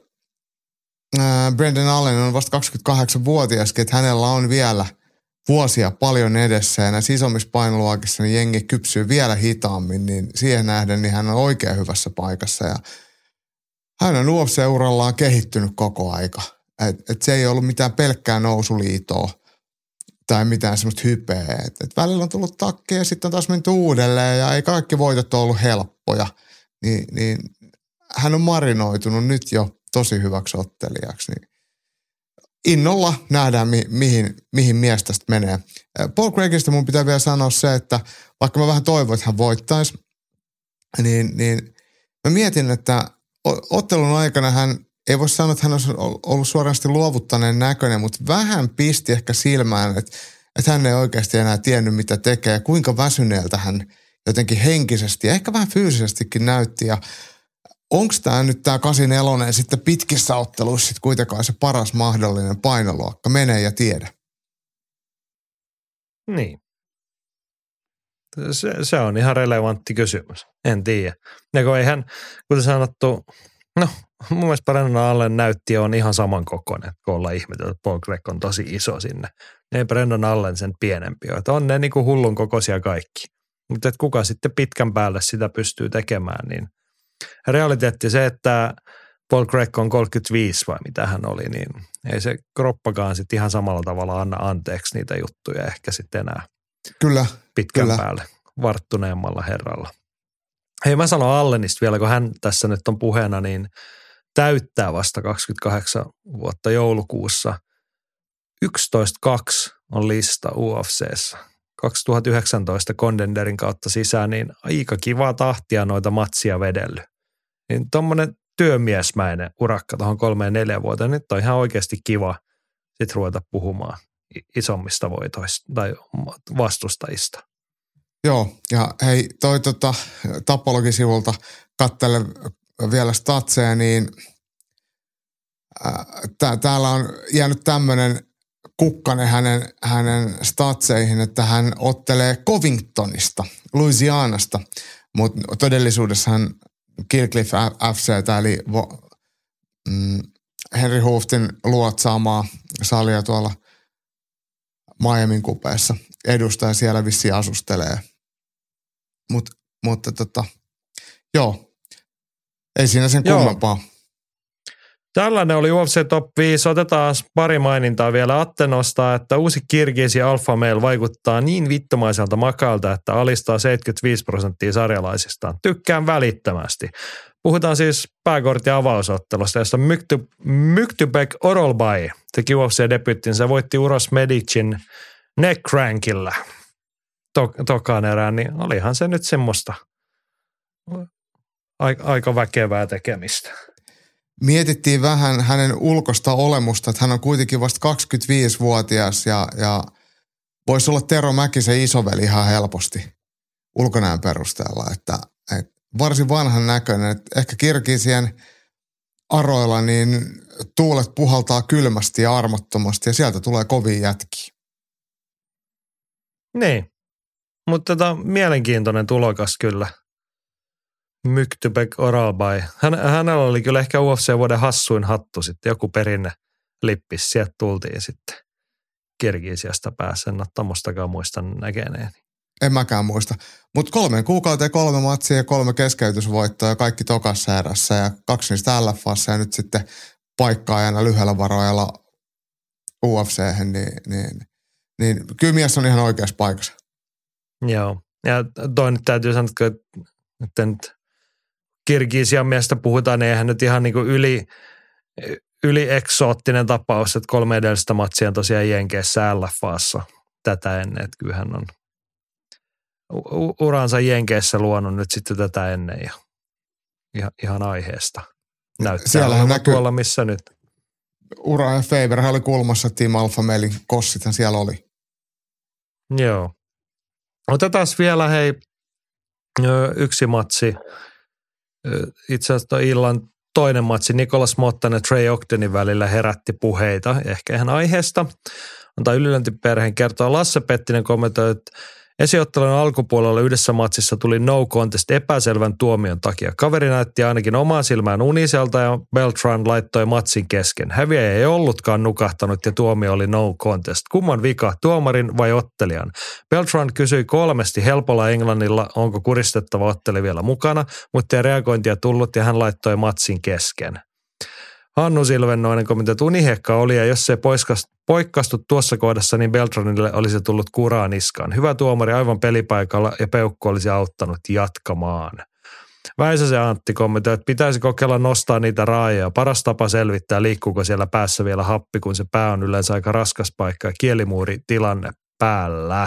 Brendan Allen on vasta 28-vuotiaskin, että hänellä on vielä vuosia paljon edessä ja näissä isommissa painoluokissa niin jengi kypsyy vielä hitaammin, niin siihen nähden niin hän on oikein hyvässä paikassa ja hän on UFC-urallaan kehittynyt koko aika. Et se ei ollut mitään pelkkää nousuliitoa tai mitään semmoista hypeä. Et välillä on tullut takkeja ja sitten on taas menty uudelleen ja ei kaikki voitot ole ollut helppoja. Niin hän on marinoitunut nyt jo tosi hyväksi ottelijaksi. Niin innolla nähdään, mihin mies tästä menee. Paul Craigista mun pitää vielä sanoa se, että vaikka mä vähän toivon, että hän voittaisi, niin mä mietin, että ottelun aikana hän ei voi sanoa, että hän olisi ollut suorasti luovuttaneen näköinen, mutta vähän pisti ehkä silmään, että hän ei oikeasti enää tiennyt, mitä tekee, kuinka väsyneeltä hän jotenkin henkisesti ja ehkä vähän fyysisestikin näytti. Ja onko tämä nyt tämä 84 sitten pitkissä otteluissa sitten kuitenkaan se paras mahdollinen painoluokka? Mene ja tiedä. Niin. Se on ihan relevantti kysymys. En tiedä. Ja kun eihän, kuten sanottu, no mun mielestä Brendan Allen näytti on ihan samankokoinen, kun ollaan ihmetelty, että Paul Craig on tosi iso sinne. Ei Brendan Allen sen pienempi ole. Että on ne niin kuin hullun kokoisia kaikki. mutta kuka sitten pitkän päälle sitä pystyy tekemään, niin realiteetti se, että Paul Craig on 35 vai mitä hän oli, niin ei se kroppakaan sitten ihan samalla tavalla anna anteeksi niitä juttuja ehkä sitten enää Kyllä, pitkän päälle varttuneemmalla herralla. Hei, mä sanon Allenista vielä, kun hän tässä nyt on puheena, niin täyttää vasta 28 vuotta joulukuussa. 11-2 on lista UFC:ssä. 2019 Contenderin kautta sisään, niin aika kiva tahtia noita matsia vedellyt. Niin tommonen työmiesmäinen urakka tuohon 3-4 vuoteen, nyt on ihan oikeasti kiva sit ruveta puhumaan isommista voitoista tai vastustajista. Joo, ja hei, toi Tapologi-sivulta katsele vielä statseja, niin täällä on jäänyt tämmöinen kukkanen hänen statseihin, että hän ottelee Covingtonista, Louisianasta, mutta todellisuudessa hän Killcliff FC:tä, eli Henry Hooftin luotsaamaa salia tuolla Miamin kupeessa edustaa ja siellä vissiin asustelee. Mutta joo, ei siinä sen kummempaa. Tällainen oli UFC Top 5. Otetaan pari mainintaa vielä. Atte nostaa, että uusi Kirgisi Alpha Male vaikuttaa niin vittomaiselta makalta, että alistaa 75% sarjalaisistaan. Tykkään välittömästi. Puhutaan siis pääkortin avausottelusta, josta Myktybek Orolbai teki UFC-debyyttinsä. Voitti Uros Medicin neck crankilla tokaan erään, niin olihan se nyt semmoista aika väkevää tekemistä. Mietittiin vähän hänen ulkoista olemusta, että hän on kuitenkin vasta 25-vuotias ja voisi olla Tero Mäkisen isoveli ihan helposti ulkonäön perusteella, että varsin vanhan näköinen, että ehkä Kirgisien aroilla niin tuulet puhaltaa kylmästi ja armottomasti ja sieltä tulee kovia jätkiä. Niin, mutta mielenkiintoinen tulokas kyllä. Myktybek Oralbai. Hänellä oli kyllä ehkä UFC-vuoden hassuin hattu sitten, joku perinne lippis, sieltä tultiin sitten Kirgisiasta päässä. En ole tommostakaan muistan näkeneeni. En mäkään muista. Mutta 3 kuukauteen 3 matsia ja 3 keskeytysvoittoa ja kaikki tokassa erässä ja 2 niistä LFAssa ja nyt sitten paikkaajana lyhyellä varoajalla UFC:hen, niin kyllä mies on ihan oikeassa paikassa. Joo, ja toi nyt täytyy sanoa, että nyt Kirgisian miestä puhutaan, niin eihän nyt ihan niin kuin yli eksoottinen tapaus, että 3 edellistä matsia on tosiaan Jenkeissä LFAssa tätä ennen, että kyllähän on uransa Jenkeissä luonut nyt sitten tätä ennen ja ihan aiheesta. Näyttää olevan tuolla missä nyt. Ura ja Faberhan oli kulmassa, Team Alpha Melin kossithan siellä oli. Joo. Otetaan vielä yksi matsi. Itse asiassa illan toinen matsi Nicolas Mottan ja Trey Ogdenin välillä herätti puheita, ehkä ihan aiheesta. Antaa ylilöntiperheen kertoa. Lasse Pettinen kommentoi, että esiottelun alkupuolella yhdessä matsissa tuli no contest epäselvän tuomion takia. Kaveri näytti ainakin omaan silmään uniselta ja Beltran laittoi matsin kesken. Häviäjä ei ollutkaan nukahtanut ja tuomio oli no contest. Kumman vika, tuomarin vai ottelijan? Beltran kysyi 3 helpolla englannilla, onko kuristettava otteli vielä mukana, mutta ei reagointia tullut ja hän laittoi matsin kesken. Hannu Silvennoinen kommentoi, että unihekka oli ja jos se poikkastu tuossa kohdassa, niin Beltranille olisi tullut kuraa niskaan. Hyvä tuomari aivan pelipaikalla ja peukku olisi auttanut jatkamaan. Väisäsen Antti kommentoi, että pitäisi kokeilla nostaa niitä raajoja. Paras tapa selvittää, liikkuuko siellä päässä vielä happi, kun se pää on yleensä aika raskas paikka ja kielimuuri tilanne päällä.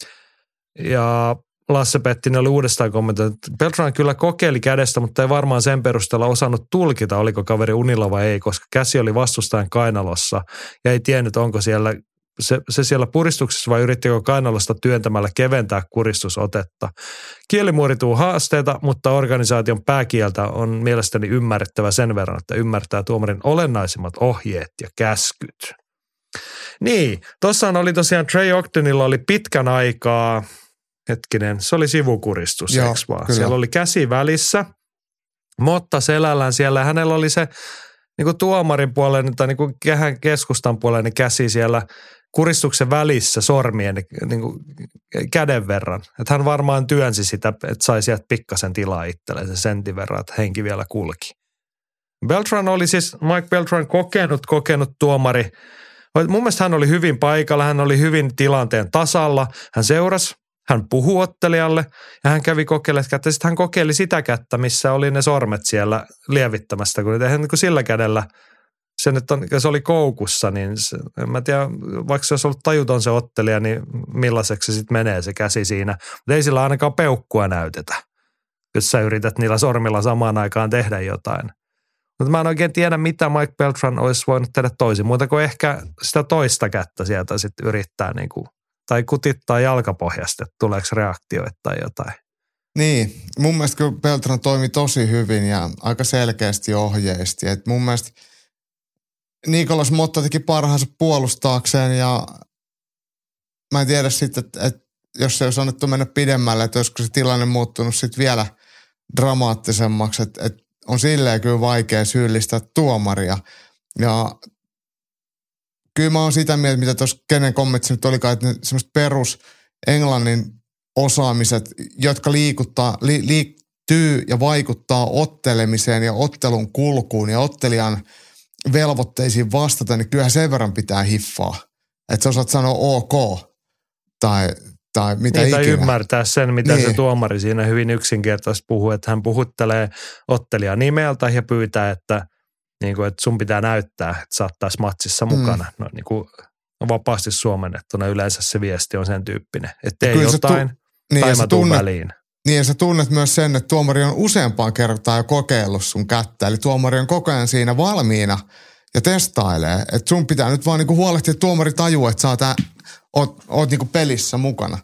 Ja Lasse Pettinen oli uudestaan kommentoinut, että Beltran kyllä kokeili kädestä, mutta ei varmaan sen perusteella osannut tulkita, oliko kaveri unilla vai ei, koska käsi oli vastustajan kainalossa ja ei tiennyt, onko siellä se siellä puristuksessa vai yrittikö kainalosta työntämällä keventää kuristusotetta. Kielimuuri tuu haasteita, mutta organisaation pääkieltä on mielestäni ymmärrettävä sen verran, että ymmärtää tuomarin olennaisimmat ohjeet ja käskyt. Niin, tossahan oli tosiaan Trey Ogdenilla oli pitkän aikaa. Hetkinen, se oli sivukuristus, eikö vaan? Kyllä. Siellä oli käsi välissä, Motta selällään siellä. Hänellä oli se niin kuin tuomarin puoleen tai niin kuin kehän keskustan puoleen käsi siellä kuristuksen välissä sormien niin kuin käden verran. Että hän varmaan työnsi sitä, että sai sieltä pikkasen tilaa itselleen sen sentin verran, että henki vielä kulki. Beltran oli siis, Mike Beltran kokenut tuomari. Mun mielestä hän oli hyvin paikalla, hän oli hyvin tilanteen tasalla. Hän seurasi, hän puhui ottelijalle ja hän kävi kokeilemaan kättä. Sitten hän kokeili sitä kättä, missä oli ne sormet siellä lievittämästä, kun eihän niin kuin sillä kädellä se oli koukussa, niin en mä tiedä, vaikka se olisi ollut tajuton se ottelija, niin millaiseksi se sitten menee se käsi siinä. Mutta ei sillä ainakaan peukkua näytetä, jos sä yrität niillä sormilla samaan aikaan tehdä jotain. Mutta mä en oikein tiedä, mitä Mike Beltran olisi voinut tehdä toisin, muuta kuin ehkä sitä toista kättä sieltä sitten yrittää niinku, tai kutittaa jalkapohjasta, että tuleeko reaktioita tai jotain. Niin, mun mielestä kyllä Beltran toimi tosi hyvin ja aika selkeästi ohjeisti. Et mun mielestä Nicolas Motta teki parhaansa puolustaakseen ja mä en tiedä sitten, että jos se olisi annettu mennä pidemmälle, että olisiko se tilanne muuttunut sitten vielä dramaattisemmaksi, että on silleen kyllä vaikea syyllistää tuomaria. Ja kyllä mä oon sitä mieltä, mitä tuossa kenen kommentissa nyt olikaan, että ne semmoiset perus englannin osaamiset, jotka liittyy ja vaikuttaa ottelemiseen ja ottelun kulkuun ja ottelijan velvoitteisiin vastata, niin kyllähän sen verran pitää hiffaa. Että sä osaat sanoa ok tai mitä ikinä. Tai ymmärtää sen, mitä se tuomari siinä hyvin yksinkertaisesti puhuu, että hän puhuttelee ottelijaa nimeltä ja pyytää, että sun pitää näyttää, että sä oot tässä matsissa mukana. No niin kuin vapaasti suomennettuna yleensä se viesti on sen tyyppinen, että tee jotain tai mä tuun väliin. Niin ja sä tunnet myös sen, että tuomari on useampaan kertaan jo kokeillut sun kättä. Eli tuomari on koko ajan siinä valmiina ja testailee. Että sun pitää nyt vaan niinku huolehtia, että tuomari tajuu, että sä oot niinku pelissä mukana.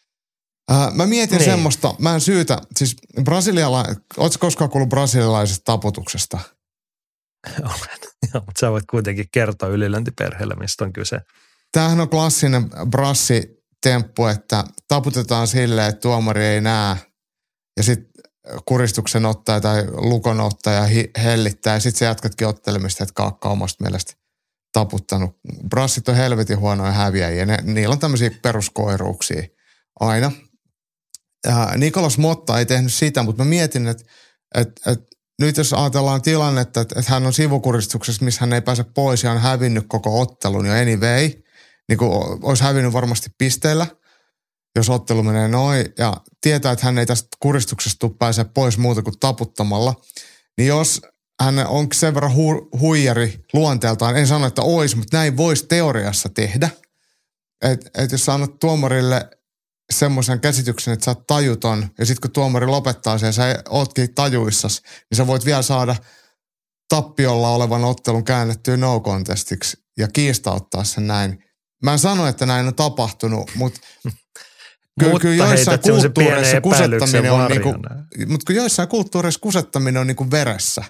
Mä mietin semmoista, mä en syytä, siis ootko koskaan kuullut brasilialaisesta taputuksesta? Olen, mutta sä voit kuitenkin kertoa ylilöntiperheelle, mistä on kyse. Tämähän on klassinen brassitemppu, että taputetaan silleen, että tuomari ei näe ja sitten kuristuksen ottaja tai lukon ottaja hellittää ja sitten sä jatkatkin ottelemista, että kaakka omasta mielestä taputtanut. Brassit on helvetin huonoja häviäjiä, niillä on tämmöisiä peruskoiruuksia aina. Nicolas Motta ei tehnyt sitä, mutta mä mietin, että nyt jos ajatellaan tilannetta, että hän on sivukuristuksessa, missä hän ei pääse pois ja on hävinnyt koko ottelun jo anyway, niin kuin olisi hävinnyt varmasti pisteillä, jos ottelu menee noin, ja tietää, että hän ei tästä kuristuksesta tule pääse pois muuta kuin taputtamalla, niin jos hän on sen verran huijari luonteeltaan, en sano, että olisi, mutta näin voisi teoriassa tehdä, että jos sä annat tuomarille semmoisen käsityksen, että sä oot tajuton, ja sitten kun tuomari lopettaa sen, sä ootkin tajuissas, niin sä voit vielä saada tappiolla olevan ottelun käännettyä no contestiksi ja kiistauttaa sen näin. Mä en sano, että näin on tapahtunut, mutta kyllä joissain kulttuureissa kusettaminen on mutta joissain kulttuureissa kusettaminen on niinku veressä.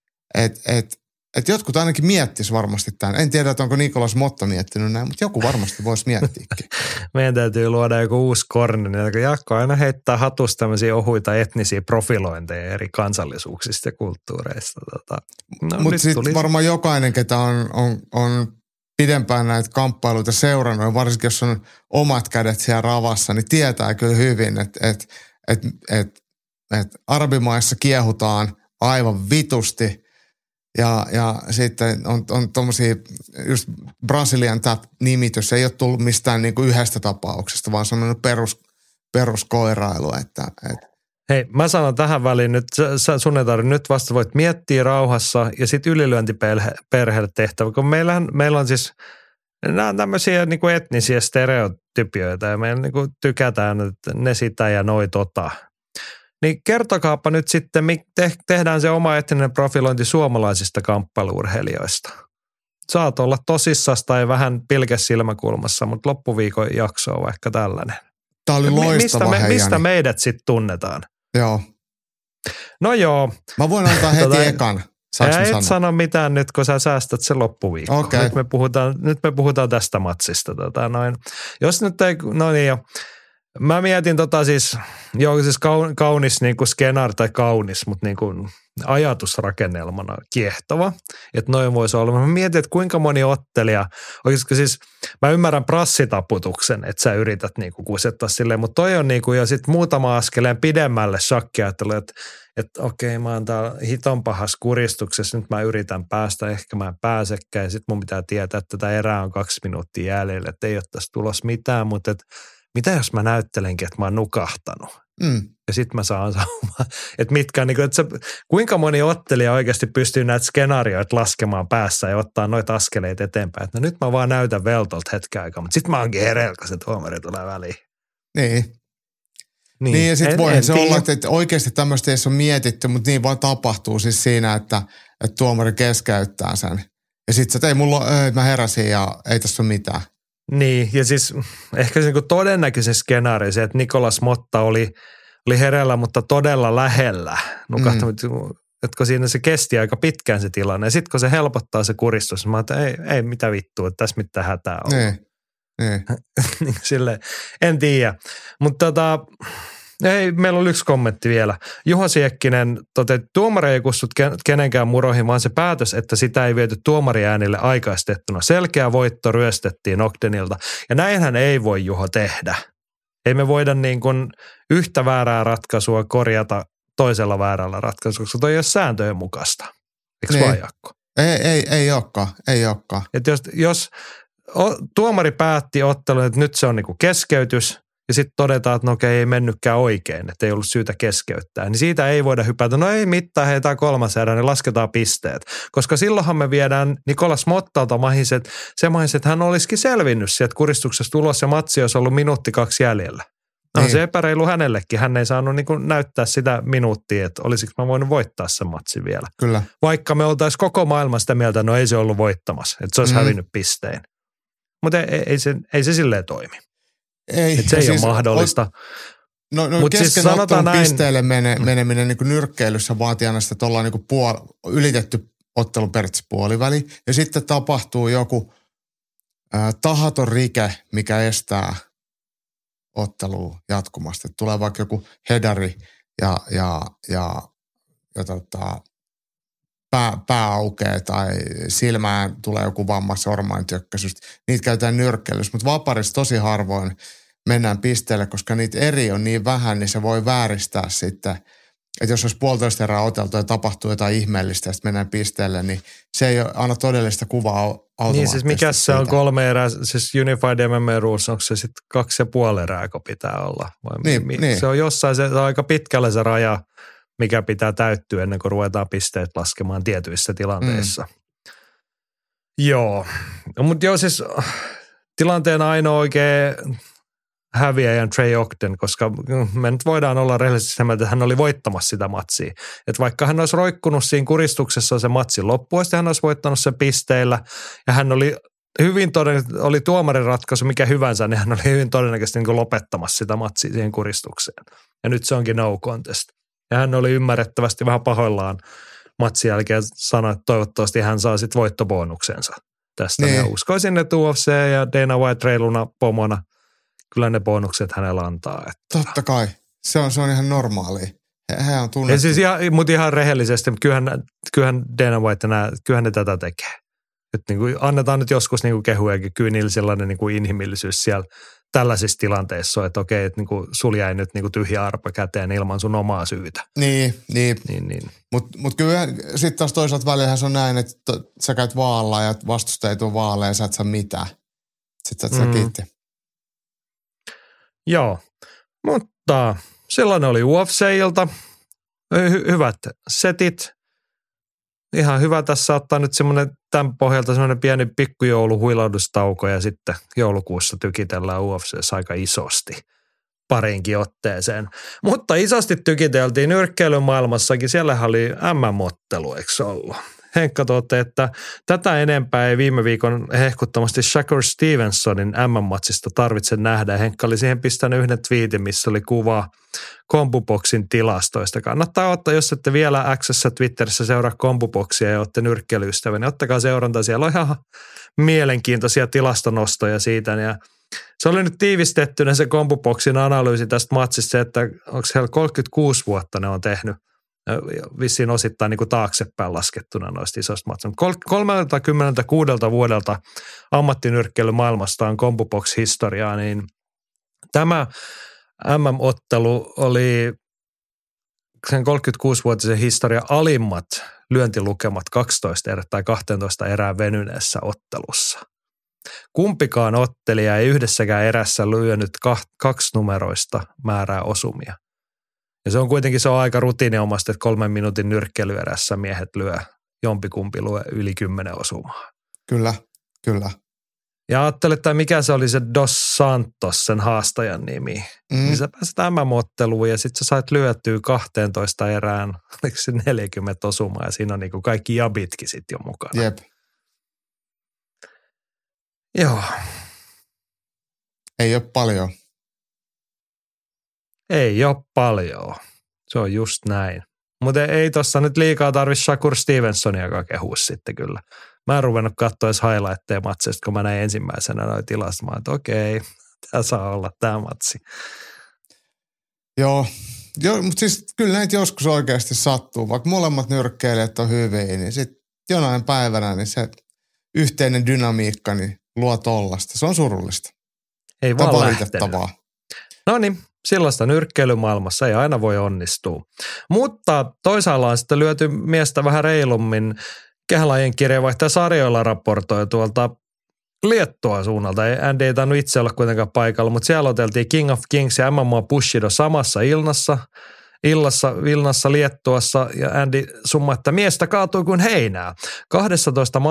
Et jotkut ainakin miettis varmasti tämän. En tiedä, että onko Nicolas Motta miettinyt näin, mutta joku varmasti voisi miettiäkin. Meidän täytyy luoda joku uusi korni. Jaakko aina heittää hatusta tämmöisiä ohuita etnisiä profilointeja eri kansallisuuksista ja kulttuureista. Mutta sitten varmaan jokainen, ketä on pidempään näitä kamppailuita seurannut, ja varsinkin jos on omat kädet siellä ravassa, niin tietää kyllä hyvin, että arabimaissa kiehutaan aivan vitusti. Ja sitten on tommosia, just Brazilian Tap-nimitys ei ole tullut mistään niinku yhdestä tapauksesta, vaan se on peruskoirailu. Hei, mä sanon tähän väliin nyt, sun ei tarvitse nyt vasta voit miettiä rauhassa ja sitten ylilyöntiperheelle tehtävä, kun meillä on siis nämä tämmöisiä niinku etnisiä stereotypioita ja me niinku tykätään, että ne sitä ja noi tota. Niin kertokaapa nyt sitten, tehdään se oma etninen profilointi suomalaisista kamppailuurheilijoista. Saat olla tosissas tai vähän pilkes silmäkulmassa, mutta loppuviikon jakso on vaikka tällainen. Tämä oli loistava, mistä meidät sitten tunnetaan? Joo. No joo. Mä voin antaa heti ekan. Et sano mitään nyt, kun sä säästät sen loppuviikko. Okay. Nyt me puhutaan tästä matsista. Jos nyt ei, no niin jo. Mä mietin siis, kaunis niin kuin skenaari tai kaunis, mutta niin kuin ajatusrakennelmana kiehtova, että noin voisi olla. Mä mietin, että kuinka moni ottelija, oikeastaan siis mä ymmärrän prassitaputuksen, että sä yrität niin kuin kusettaa silleen, mutta toi on niin kuin jo sitten muutama askeleen pidemmälle shakkiajattelu, että okei, mä oon täällä hiton pahassa kuristuksessa, nyt mä yritän päästä, ehkä mä en pääsekään ja sit mun pitää tietää, että tätä erää on 2 minuuttia jäljellä, että ei ole tässä tulossa mitään, mutta mitä jos mä näyttelenkin, että mä oon nukahtanut? Ja sit mä saan saumaan, että mitkä, niin kuin, että kuinka moni ottelija oikeasti pystyy näitä skenaarioita laskemaan päässä ja ottaa noita askeleita eteenpäin. Että no nyt mä vaan näytän veltolta hetken aikaa, mutta sit mä oonkin hereillä, kun se tuomari tulee väliin. Niin ja sit voihan se olla, että oikeasti tämmöistä ei ole mietitty, mutta niin vaan tapahtuu siis siinä, että tuomari keskeyttää sen. Ja sit sä, mä heräsin ja ei tässä ole mitään. Niin, ja siis ehkä se niin todennäköisen skenaario se, että Nicolas Motta oli hereillä, mutta todella lähellä. Että kun siinä se kesti aika pitkään se tilanne. Ja sitten kun se helpottaa se kuristus, mä ajattelin, ei mitä vittua, että tässä mitään hätää on. Niin. Silleen, en tiedä. Mutta meillä oli yksi kommentti vielä. Juho Siekkinen totesi, että tuomari ei kussut kenenkään muroihin, vaan se päätös, että sitä ei viety tuomariäänille aikaistettuna. Selkeä voitto ryöstettiin Ogdenilta. Ja näinhän ei voi Juho tehdä. Ei me voida niin kuin yhtä väärää ratkaisua korjata toisella väärällä ratkaisulla, koska toi ei ole sääntöjen mukaista. Eikö vaan, Jakko? Ei olekaan. Että jos tuomari päätti ottelun, että nyt se on niin kuin keskeytys, ja sitten todetaan, että no okei, ei mennytkään oikein, että ei ollut syytä keskeyttää. Niin siitä ei voida hypätä. No ei mitään, heitetään 3. erä, niin lasketaan pisteet. Koska silloinhan me viedään Nicolas Mottalta mahiset, että hän olisikin selvinnyt sieltä kuristuksesta tulos ja matsi olisi ollut 1-2 minuuttia jäljellä. No niin. Se epäreilu hänellekin. Hän ei saanut niin kuin näyttää sitä minuuttia, että olisiko mä voinut voittaa sen matsin vielä. Kyllä. Vaikka me oltaisiin koko maailman sitä mieltä, no ei se ollut voittamassa, että se olisi hävinnyt pisteen. Mutta ei se silleen toimi. Ei. Että se ei siis ole mahdollista. No kesken siis ottelun pisteelle meneminen niin kuin nyrkkeilyssä vaatii aina sitä, että ollaan niin kuin ylitetty ottelun periaatteessa puoliväli. Ja sitten tapahtuu joku tahaton rike, mikä estää ottelua jatkumasta. Että tulee vaikka joku hedari ja pää aukeaa tai silmään tulee joku vamma sormaintyökkäisystä. Niitä käytetään nyrkkeilyssä, mutta vaparissa tosi harvoin mennään pisteelle, koska niitä eri on niin vähän, niin se voi vääristää sitten. Että jos olisi 1,5 erää oteltu ja tapahtuu jotain ihmeellistä ja sitten mennään pisteelle, niin se ei anna todellista kuvaa automaattisesti. Niin siis mikä se on 3 erää, siis Unified MMA Rules, onko se sitten 2,5 erää, kun pitää olla? Niin. Se on jossain, se on aika pitkällä se raja, mikä pitää täyttyä ennen kuin ruvetaan pisteet laskemaan tietyissä tilanteissa. Joo, mutta siis tilanteen ainoa oikein häviäjän Trey Ogden, koska me nyt voidaan olla rehellisesti että hän oli voittamassa sitä matsia. Että vaikka hän olisi roikkunut siinä kuristuksessa se matsin loppuun, hän olisi voittanut sen pisteillä ja hän oli hyvin todennäköisesti, oli tuomarin ratkaisu mikä hyvänsä, niin hän oli hyvin todennäköisesti niin kuin lopettamassa sitä matsia siihen kuristukseen. Ja nyt se onkin no contest. Ja hän oli ymmärrettävästi vähän pahoillaan matsin jälkeen sanoi, että toivottavasti hän saa sitten voittobonuksensa tästä. Niin. Ja uskoisin, että UFC ja Dana White reiluna pomona, kyllä ne bonukset hänellä antaa. Että. Totta kai. Se on ihan normaalia. Hän on tunnettu. Siis mutta ihan rehellisesti, mutta kyllähän Dana White kyllähän ne tätä tekee. Että niin kuin annetaan nyt joskus niin kuin kehujakin, kyllä niillä sellainen niin kuin inhimillisyys siellä tällaisissa tilanteissa on, että okei, että niin kuin sul jäi nyt niin kuin tyhjä arpa käteen ilman sun omaa syytä. Niin. Mutta kyllä sitten taas toisaalta välillä se on näin, että sä käyt vaalla ja vastustaja ei tule vaaleja ja sä et saa mitään. Sitten sä kiitti. Joo, mutta sellainen oli UFC-ilta. Hyvät setit. Ihan hyvä tässä ottaa nyt semmoinen tämän pohjalta semmoinen pieni pikkujouluhuilaudustauko ja sitten joulukuussa tykitellään UFC:ssä aika isosti pariinkin otteeseen. Mutta isosti tykiteltiin nyrkkeilymaailmassakin. Siellähän oli MM-ottelu, eikö se ollut? Henkka totesi, että tätä enempää ei viime viikon hehkuttomasti Shakur Stevensonin MM-matsista tarvitse nähdä. Henkka oli siihen pistänyt yhden twiitin, missä oli kuva CompuBoxin tilastoista. Kannattaa ottaa, jos ette vielä X:ssä Twitterissä seuraa CompuBoxia ja olette nyrkkeilyystävä, niin ottakaa seurantaa. Siellä on ihan mielenkiintoisia tilastonostoja siitä. Ja Se oli nyt tiivistettynä se CompuBoxin analyysi tästä matsista, että onko heillä 36 vuotta ne on tehnyt, vissiin osittain niin kuin taaksepäin laskettuna noista isoista matsista. 36 vuodelta ammattinyrkkeilymaailmasta on CompuBox-historiaa, niin tämä MM-ottelu oli sen 36-vuotisen historian alimmat lyöntilukemat 12 tai 12 erää venyneessä ottelussa. Kumpikaan ottelija ei yhdessäkään erässä lyönyt kaksinumeroista määrää osumia. Ja se on kuitenkin aika rutiiniomasta, että 3 minuutin nyrkkeilyerässä miehet lyö, jompikumpi lyö yli 10 osumaa. Kyllä. Ja ajattelin, että mikä se oli se Dos Santos, sen haastajan nimi. Niin sä pääsit MM-otteluun ja sitten sä sait lyötyä 12 erään, oliko se 40 osumaa ja siinä on niinku kaikki jabitkin sitten jo mukana. Jep. Joo. Ei ole paljon. Ei ole paljon. Se on just näin. Mutta ei tossa nyt liikaa tarvitse Shakur Stevensoniakaan kehua sitten kyllä. Mä en ruvennut katsoa edes highlightteja matseista, kun mä näin ensimmäisenä noin tilasta. Mä että okei, tää saa olla tää matsi. Joo, mutta siis kyllä näitä joskus oikeasti sattuu. Vaikka molemmat nyrkkeilijät on hyviä, niin sitten jonain päivänä niin se yhteinen dynamiikka niin luo tollasta. Se on surullista. Ei vaan valitettavaa. No niin, sellaista nyrkkeilymaailmassa ei aina voi onnistua. Mutta toisaalla on sitten lyöty miestä vähän reilummin. Kehälajien kirjeenvaihtaja sarjoilla raportoi tuolta Liettua suunnalta. Andy ei tainnut itse olla kuitenkaan paikalla, mutta siellä oteltiin King of Kings ja MMA Bushido samassa Vilnassa Liettuassa ja Andy summa, että miestä kaatui kuin heinää. 12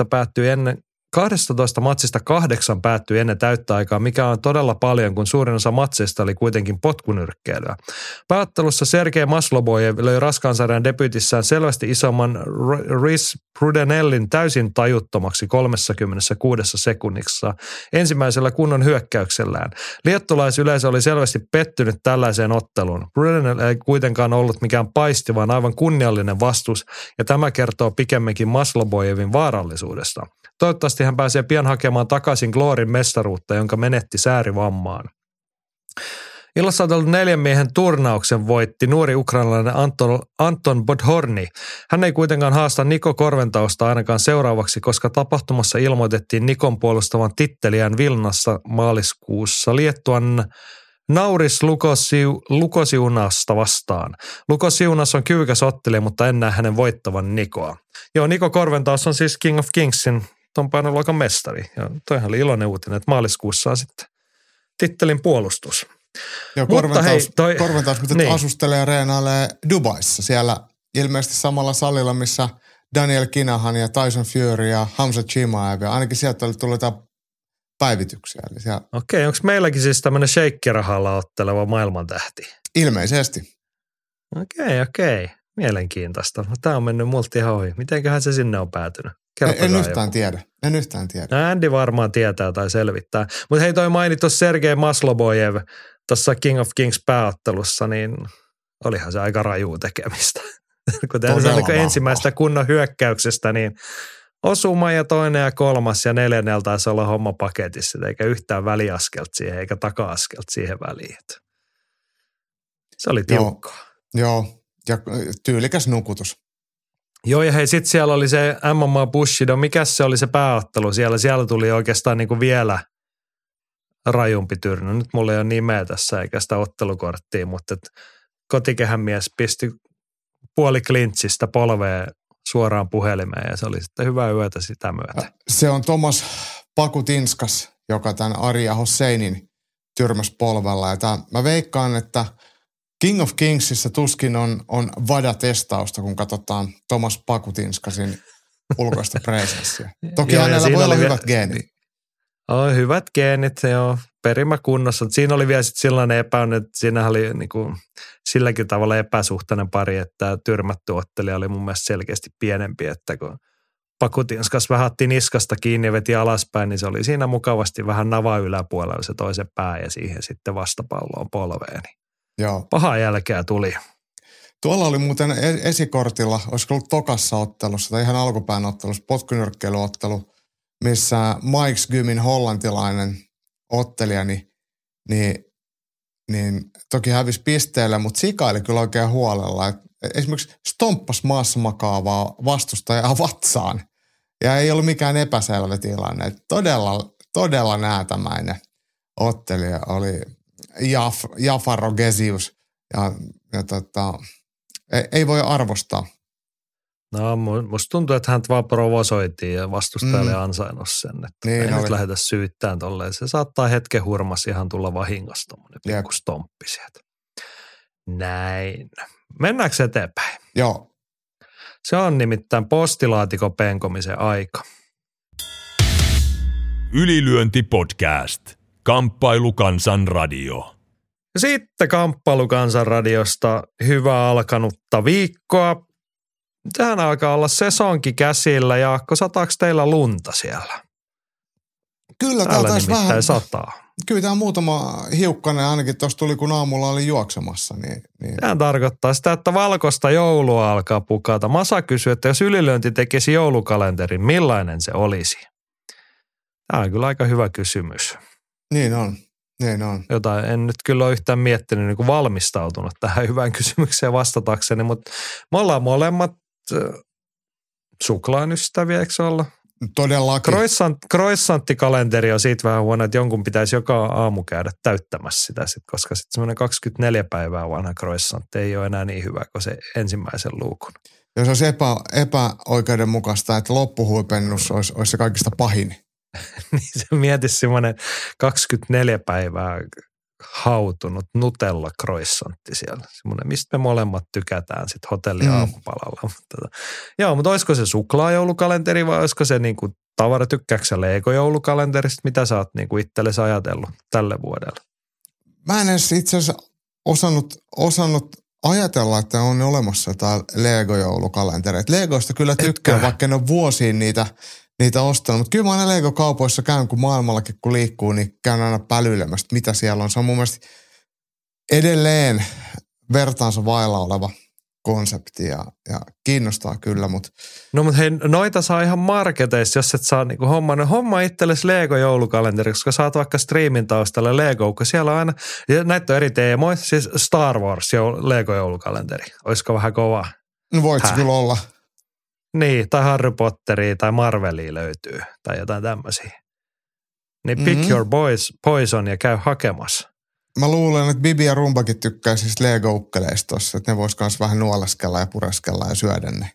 matsista 8 päättyi ennen täyttä aikaa, mikä on todella paljon, kun suurin osa matseista oli kuitenkin potkunyrkkeilyä. Pääottelussa Sergei Maslobojev löi raskaan sarjan debyytissään selvästi isomman Rhys Brudenellin täysin tajuttomaksi 36 sekunnissa ensimmäisellä kunnon hyökkäyksellään. Liettolaisyleisö oli selvästi pettynyt tällaiseen otteluun. Brudenell ei kuitenkaan ollut mikään paisti, vaan aivan kunniallinen vastus, ja tämä kertoo pikemminkin Maslobojevin vaarallisuudesta. Toivottavasti hän pääsee pian hakemaan takaisin Gloorin mestaruutta, jonka menetti säärivammaan. Illassa otellut 4 miehen turnauksen voitti nuori ukrainalainen Anton Bodhorny. Hän ei kuitenkaan haasta Niko Korventausta ainakaan seuraavaksi, koska tapahtumassa ilmoitettiin Nikon puolustavan titteliään Vilnassa maaliskuussa Liettuan Nauris Lukosiunasta vastaan. Lukosiunas on kyvykäs ottelija, mutta en näe hänen voittavan Nikoa. Joo, Niko Korventaus on siis King of Kingsin ton painoluokan mestari. Ja toihan oli iloinen uutinen, että maaliskuussa on sitten tittelin puolustus. Joo, Korventaus mitä niin asustelee ja reenailee Dubaissa. Siellä ilmeisesti samalla salilla, missä Daniel Kinahan ja Tyson Fury ja Hamza Chimaev. Ja ainakin sieltä oli tullut jotain päivityksiä. Okei, onko meilläkin siis tämmöinen sheikkirahalla otteleva maailmantähti? Ilmeisesti. Okei. Mielenkiintoista. Tämä on mennyt multa ihan ohi. Mitenköhän se sinne on päätynyt? En yhtään tiedä. No Andy varmaan tietää tai selvittää. Mutta hei, toi mainittu Sergei Maslobojev tuossa King of Kings pääottelussa, niin olihan se aika rajuu tekemistä. Kun ensimmäistä kunnon hyökkäyksestä, niin osuma ja toinen ja kolmas ja 4 taisi olla homma paketissa, eikä yhtään väliaskelta siihen, eikä taka-askelta siihen väliin. Se oli tiukkaa. Joo, ja tyylikäs nukutus. Joo, ja hei, sitten siellä oli se MMA Bushido. Mikäs se oli se pääottelu siellä? Siellä tuli oikeastaan niin kuin vielä rajumpi tyrnä. Nyt mulla ei ole nimeä tässä eikä sitä ottelukorttia, mutta kotikehän mies pisti puoli klintsistä polveen suoraan puhelimeen ja se oli sitten hyvää yötä sitä myötä. Se on Tomas Pakutinskas, joka tämän Aria Hosseinin tyrmäs polvella. Ja mä veikkaan, että King of Kingsissa tuskin on VADA-testausta, kun katsotaan Tomas Pakutinskasin ulkoista presenssiä. Toki hänellä voi olla hyvät geenit. Hyvät geenit, joo. Perimä kunnossa. Siinä oli vielä sitten sellainen epäinen, että siinä oli niinku silläkin tavalla epäsuhtainen pari, että tyrmätty ottelija oli mun mielestä selkeästi pienempi, että kun Pakutinskas vähän otti niskasta kiinni ja veti alaspäin, niin se oli siinä mukavasti vähän nava yläpuolella se toisen pää ja siihen sitten vastapalloon polveen. Joo. Pahaa jälkeä tuli. Tuolla oli muuten esikortilla, olisiko ollut tokassa ottelussa tai ihan alkupään ottelussa, potkunyrkkeilyottelu, missä Mike Gymin hollantilainen ottelija, niin toki hävisi pisteellä, mutta sikaili kyllä oikein huolella. Et esimerkiksi stomppas maassa makaavaa vastustajaa vatsaan. Ja ei ollut mikään epäselvä tilanne. Todella näätämäinen ottelija oli Jafaro Gesius. Ja ei voi arvostaa. No, musta tuntuu, että häntä vaan provosoitiin ja vastustajalle ansainnut sen. Että niin, ei nyt lähdetä syyttämään tolleen. Se saattaa hetken hurmas ihan tulla vahingossa tommoinen pikku stomppi sieltä. Näin. Mennäänkö eteenpäin? Joo. Se on nimittäin postilaatikon penkomisen aika. Ylilyönti-podcast. Kamppailukansan radio. Sitten Kamppailukansan radiosta hyvää alkanutta viikkoa. Tähän alkaa olla sesonki käsillä. Jaakko, sataako teillä lunta siellä? Kyllä, täällä taisi vähän sataa. Kyllä tämä muutama hiukkanen ainakin tuossa tuli, kun aamulla oli juoksemassa. Niin. Tämä tarkoittaa sitä, että valkoista joulua alkaa pukata. Masa kysyy, että jos Ylilyönti tekisi joulukalenterin, millainen se olisi? Tämä on kyllä aika hyvä kysymys. Niin on. Jota en nyt kyllä ole yhtään miettinyt, niin kuin valmistautunut tähän hyvään kysymykseen vastatakseni, mutta me ollaan molemmat suklaan ystäviä, eikö olla? Todellakin. Croissanttikalenteri on siitä vähän huono, että jonkun pitäisi joka aamu käydä täyttämässä sitä, koska sitten semmoinen 24 päivää vanha croissantti ei ole enää niin hyvä kuin se ensimmäisen luukun. Jos olisi epäoikeudenmukaista, että loppuhuipennus olisi se kaikista pahin. Niin se mietisi semmoinen 24 päivää hautunut Nutella croissantti siellä. Semmoinen, mistä me molemmat tykätään sitten hotellin aamupalalla. Mutta olisiko se suklaajoulukalenteri vai olisiko se niinku tykkääkö sä Lego-joulukalenterista? Mitä sä oot niinku itsellesi ajatellut tälle vuodelle? Mä en edes itse asiassa osannut ajatella, että on olemassa jotain Lego-joulukalentereita. Legoista kyllä tykkään, vaikka en ole vuosiin niitä ostanut. Mutta kyllä mä aina Lego-kaupoissa käyn, kun maailmallakin kun liikkuu, niin käyn aina pälyilemässä, mitä siellä on. Se on mun mielestä edelleen vertaansa vailla oleva konsepti ja kiinnostaa kyllä. No mutta hei, noita saa ihan marketeissa, jos et saa niinku homma itsellesi Lego-joulukalenteri, koska saat vaikka streamin taustalle Lego, kun siellä on aina, ja näitä on eri teemoja, siis Star Wars Lego-joulukalenteri. Olisiko vähän kova? No voit se kyllä olla. Niin, tai Harry Potteria tai Marvelia löytyy tai jotain tämmöisiä. Niin pick your poison ja käy hakemassa. Mä luulen, että Bibi ja Rumbakin tykkää siis Lego-ukkeleista tossa, että ne vois kans vähän nuoleskella ja pureskella ja syödä ne.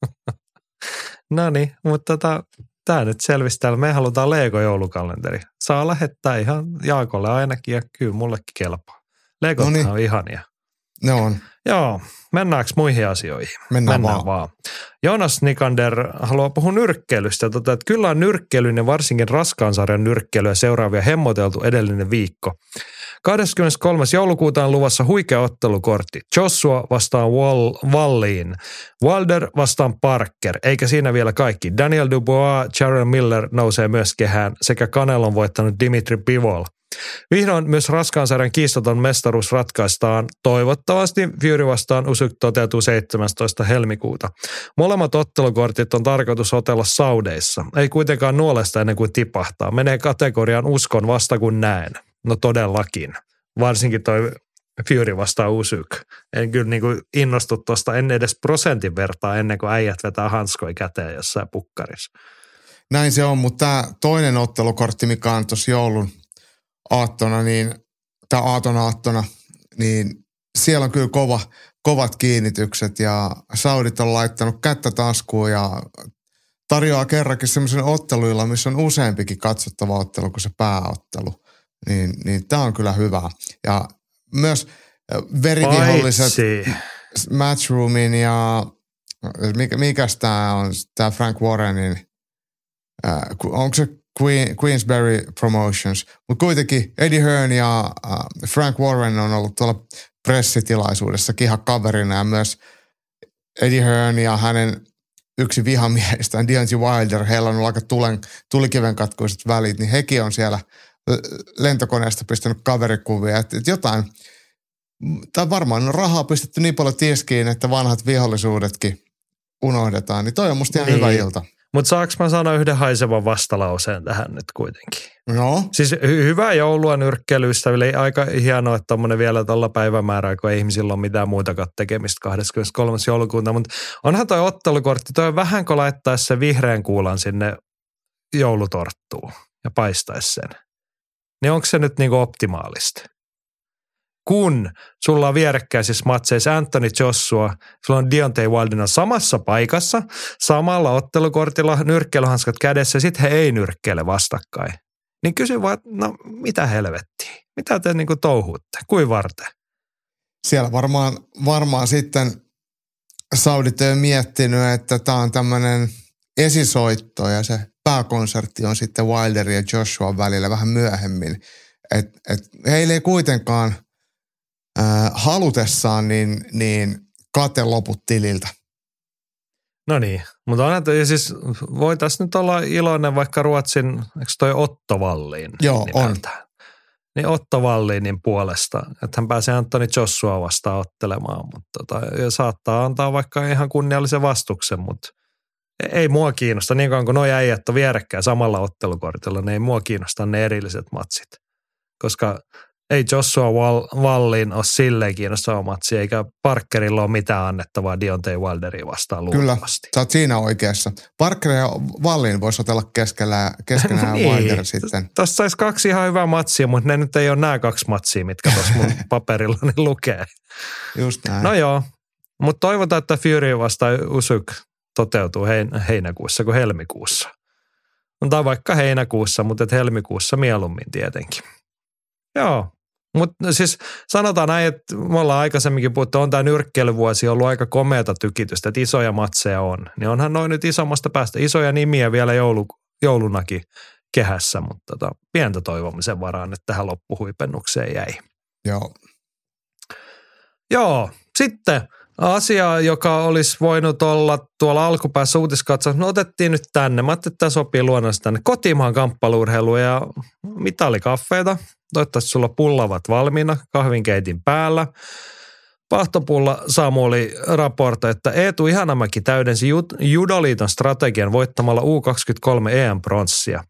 No niin, mutta tää nyt selvisi täällä. Me halutaan Lego-joulukalenteri. Saa lähettää ihan Jaakolle ainakin ja kyllä mullekin kelpaa. Legot on ihania. Ne on. Joo, mennäänkö muihin asioihin? Mennään vaan. Jonas Nikander haluaa puhua nyrkkeilystä. Että kyllä on nyrkkeilyn ja varsinkin raskaan sarjan nyrkkeilyä seuraavia hemmoteltu edellinen viikko. 23. joulukuuta on luvassa huikea ottelukortti. Joshua vastaan Wallin, Wilder vastaan Parker, eikä siinä vielä kaikki. Daniel Dubois, Jarrell Miller nousee myös kehään sekä Canelon voittanut Dimitri Bivol. Vihdoin myös raskaan sarjan kiistaton mestaruus ratkaistaan. Toivottavasti Fury vastaan Usyk toteutuu 17. helmikuuta. Molemmat ottelukortit on tarkoitus otella Saudeissa. Ei kuitenkaan nuolesta ennen kuin tipahtaa. Menee kategoriaan uskon vasta kun näen. No todellakin. Varsinkin toi Fury vastaan Usyk. En kyllä niin kuin innostu tuosta en edes prosentin vertaa ennen kuin äijät vetää hanskoja käteen jossain pukkarissa. Näin se on, mutta tämä toinen ottelukortti, mikä on tuossa joulun aattona, niin siellä on kyllä kovat kiinnitykset ja saudit on laittanut kättä taskuun ja tarjoaa kerrankin semmoisen otteluilla, missä on useampikin katsottava ottelu kuin se pääottelu. Niin tämä on kyllä hyvä. Ja myös veriviholliset Matchroomin ja mikäs tämä on, tämä Frank Warrenin, onko se Queensberry Promotions, mutta kuitenkin Eddie Hearn ja Frank Warren on ollut tuolla pressitilaisuudessakin ihan kaverina ja myös Eddie Hearn ja hänen yksi vihamiehistään, Deontay Wilder, heillä on ollut aika tulikiven katkuiset välit, niin hekin on siellä lentokoneesta pistänyt kaverikuvia, että jotain, tai varmaan on rahaa pistetty niin paljon tiskiin, että vanhat vihollisuudetkin unohdetaan, niin toi on musta ihan hyvä ilta. Mutta saanko mä sanoa yhden haisevan vastalauseen tähän nyt kuitenkin? No. Siis hyvää joulua nyrkkeilyystäville. Aika hienoa, että tommonen vielä tuolla päivämäärää, kun ei ihmisillä ole mitään muutakaan tekemistä 23. joulukuuta. Mutta onhan toi ottelukortti, toi vähän kun laittaisi se vihreän kuulan sinne joulutorttuun ja paistaisi sen. Niin onko se nyt niinku optimaalista? Kun sulla on vierekkäisissä matseissa Anthony Joshua, sulla on Deontay Wilder samassa paikassa, samalla ottelukortilla, nyrkkeilyhanskat kädessä, ja sitten he ei nyrkkeile vastakkain. Niin kysy vaan, no mitä helvettiä? Mitä te niinku touhuutte? Kuin varten? Siellä varmaan sitten saudit on miettinyt, että tämä on tämmöinen esisoitto ja se pääkonsertti on sitten Wilderin ja Joshuan välillä vähän myöhemmin. Et heillä ei kuitenkaan halutessaan niin kate loput tililtä. No niin, mutta onhan siis voitaisiin nyt olla iloinen vaikka Ruotsin, eikö toi Otto Wallin? Joo, nimeltä. on. Niin Otto Wallinin puolesta, että hän pääsee Anthony Joshua vastaan ottelemaan, mutta ja saattaa antaa vaikka ihan kunniallisen vastuksen, mutta ei mua kiinnosta, niin kauan kuin nuo äijät on vierekkäin samalla ottelukortilla, niin ei mua kiinnosta ne erilliset matsit, koska ei Joshua Wallin ole silleen kiinnostava matsi, eikä Parkerilla ole mitään annettavaa Deontay Wilderia vastaan luultavasti. Kyllä, sä oot siinä oikeassa. Parker ja Wallin voisi otella keskenään niin. Wilder sitten. Tuossa saisi 2 ihan hyvää matsia, mutta ne nyt ei ole nämä 2 matsia, mitkä tuossa mun paperillani lukee. Just näin. No joo, mutta toivotaan, että Fury vastaan Usyk toteutuu heinäkuussa kuin helmikuussa. Tai vaikka heinäkuussa, mutta et helmikuussa mieluummin tietenkin. Joo, mutta siis sanotaan näin, että me ollaan aikaisemminkin puhuttu, on tämä nyrkkeilyvuosi ollut aika komeata tykitystä, että isoja matseja on. Niin onhan noin nyt isommasta päästä, isoja nimiä vielä joulunakin kehässä, mutta pientä toivomisen varaan, että tähän loppuhuipennukseen jäi. Joo, sitten asia, joka olisi voinut olla tuolla alkupäässä uutiskatsauksessa, me otettiin nyt tänne. Mä ajattelin, että tämä sopii luonnollisesti tänne kotimaan kamppailuurheiluun ja mitalikaffeita. Toivottavasti sulla pullavat valmiina, kahvinkeitin päällä. Pahtopulla Samuli raportoi, että Eetu Ihanamäki täydensi Judoliiton strategian voittamalla U23 EM-pronssia.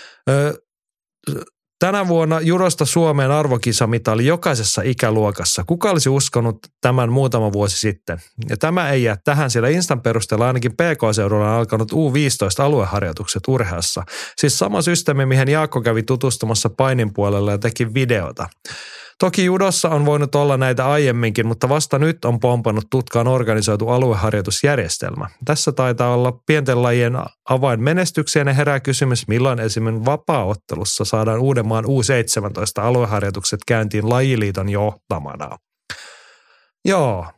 Tänä vuonna judosta Suomeen arvokisamitali jokaisessa ikäluokassa. Kuka olisi uskonut tämän muutama vuosi sitten? Ja tämä ei jää tähän, sillä Instan perusteella ainakin PK-seudulla on alkanut U15-alueharjoitukset Urheassa. Siis sama systeemi, mihin Jaakko kävi tutustumassa painin puolella ja teki videota. Toki judossa on voinut olla näitä aiemminkin, mutta vasta nyt on pompannut tutkaan organisoitu alueharjoitusjärjestelmä. Tässä taitaa olla pienten lajien avain menestykseen ja herää kysymys, milloin esimerkiksi vapaaottelussa saadaan Uudenmaan U17-alueharjoitukset käyntiin lajiliiton johtamana. Joo.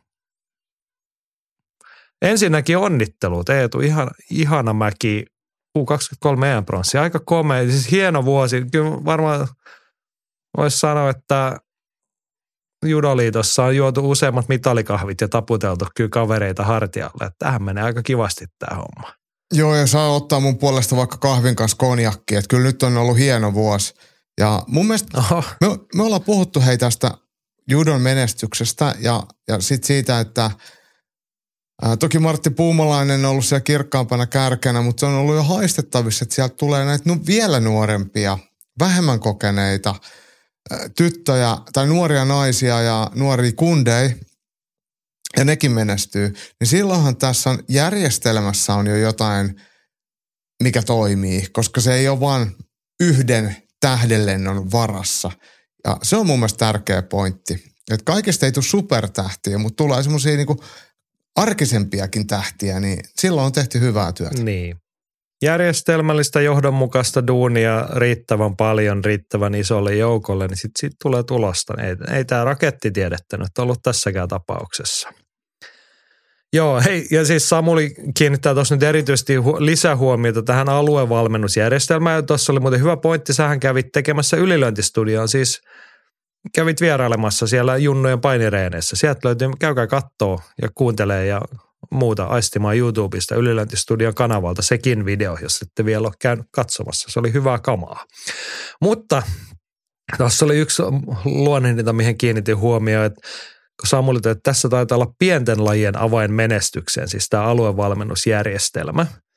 Ensinnäkin onnittelut, Eetu Ihanamäki, U23 EM-pronssi, aika komea, siis hieno vuosi. Kyllä varmaan voisi sanoa, että Judoliitossa on juotu useammat mitalikahvit ja taputeltu kyllä kavereita hartialle. Että tähän menee aika kivasti tämä homma. Joo, ja saa ottaa mun puolesta vaikka kahvin kanssa konjakki. Että kyllä nyt on ollut hieno vuosi. Ja mun mielestä me ollaan puhuttu tästä judon menestyksestä ja sitten siitä, että toki Martti Puumalainen on ollut siellä kirkkaampana kärkenä, mutta se on ollut jo haistettavissa, että sieltä tulee näitä vielä nuorempia, vähemmän kokeneita tyttöjä tai nuoria naisia ja nuoria kundeja, ja nekin menestyy, niin silloinhan tässä on järjestelmässä on jo jotain, mikä toimii, koska se ei ole vain yhden tähdenlennon varassa. Ja se on mun mielestä tärkeä pointti. Että kaikista ei tule supertähtiä, mutta tulee semmoisia niinku arkisempiakin tähtiä, niin silloin on tehty hyvää työtä. Niin. Järjestelmällistä johdonmukaista duunia riittävän paljon, riittävän isolle joukolle, niin sitten tulee tulosta. Ei tämä rakettitiedettä nyt ollut tässäkään tapauksessa. Joo, hei, ja siis Samuli kiinnittää tuossa nyt erityisesti lisähuomiota tähän aluevalmennusjärjestelmään. Ja tuossa oli muuten hyvä pointti, sähän kävit tekemässä ylilöintistudioon, siis kävit vierailemassa siellä junnojen painireeneissä. Sieltä löytyy, käykää kattoo ja kuuntelee ja muuta aistimaan YouTubesta ylilöintistudion kanavalta sekin video, jos ette vielä ole käynyt katsomassa. Se oli hyvää kamaa. Mutta tuossa oli yksi luonnehdinta, mihin kiinnitin huomioon, että kun Samuli toi, että tässä taitaa olla pienten lajien avain menestykseen, siis tämä aluevalmennusjärjestelmä.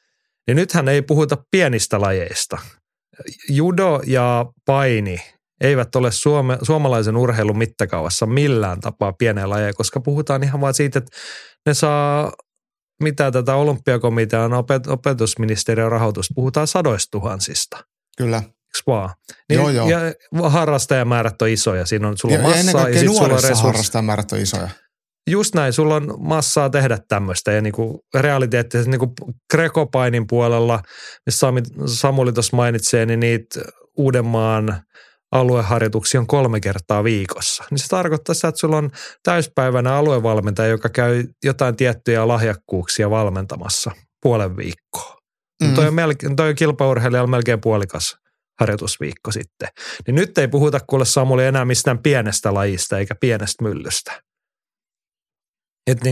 niin nythän ei puhuta pienistä lajeista. Judo ja paini eivät ole suomalaisen urheilun mittakaavassa millään tapaa pieniä lajeja, koska puhutaan ihan vaan siitä, että ne saa mitä tätä olympiakomitean opetusministeriön rahoitusta, puhutaan 100 000. Kyllä. Eikö vaan? Niin, joo. Ja harrastajamäärät on isoja. Siinä on sulla massaa. Ennen kaikkea ja nuorissa harrastajamäärät on isoja. Just näin, sulla on massaa tehdä tämmöistä ja niinku realiteettisesti niinku Greco-painin puolella, missä Samuli tuossa mainitsee, niin niitä Uudenmaan alueharjoituksia on 3 kertaa viikossa. Niin se tarkoittaa sitä, että sulla on täyspäivänä aluevalmentaja, joka käy jotain tiettyjä lahjakkuuksia valmentamassa puolen viikkoa. Toi on kilpaurheilijalla melkein puolikas harjoitusviikko sitten. Niin nyt ei puhuta kuule Samuli enää mistään pienestä lajista eikä pienestä myllystä. Että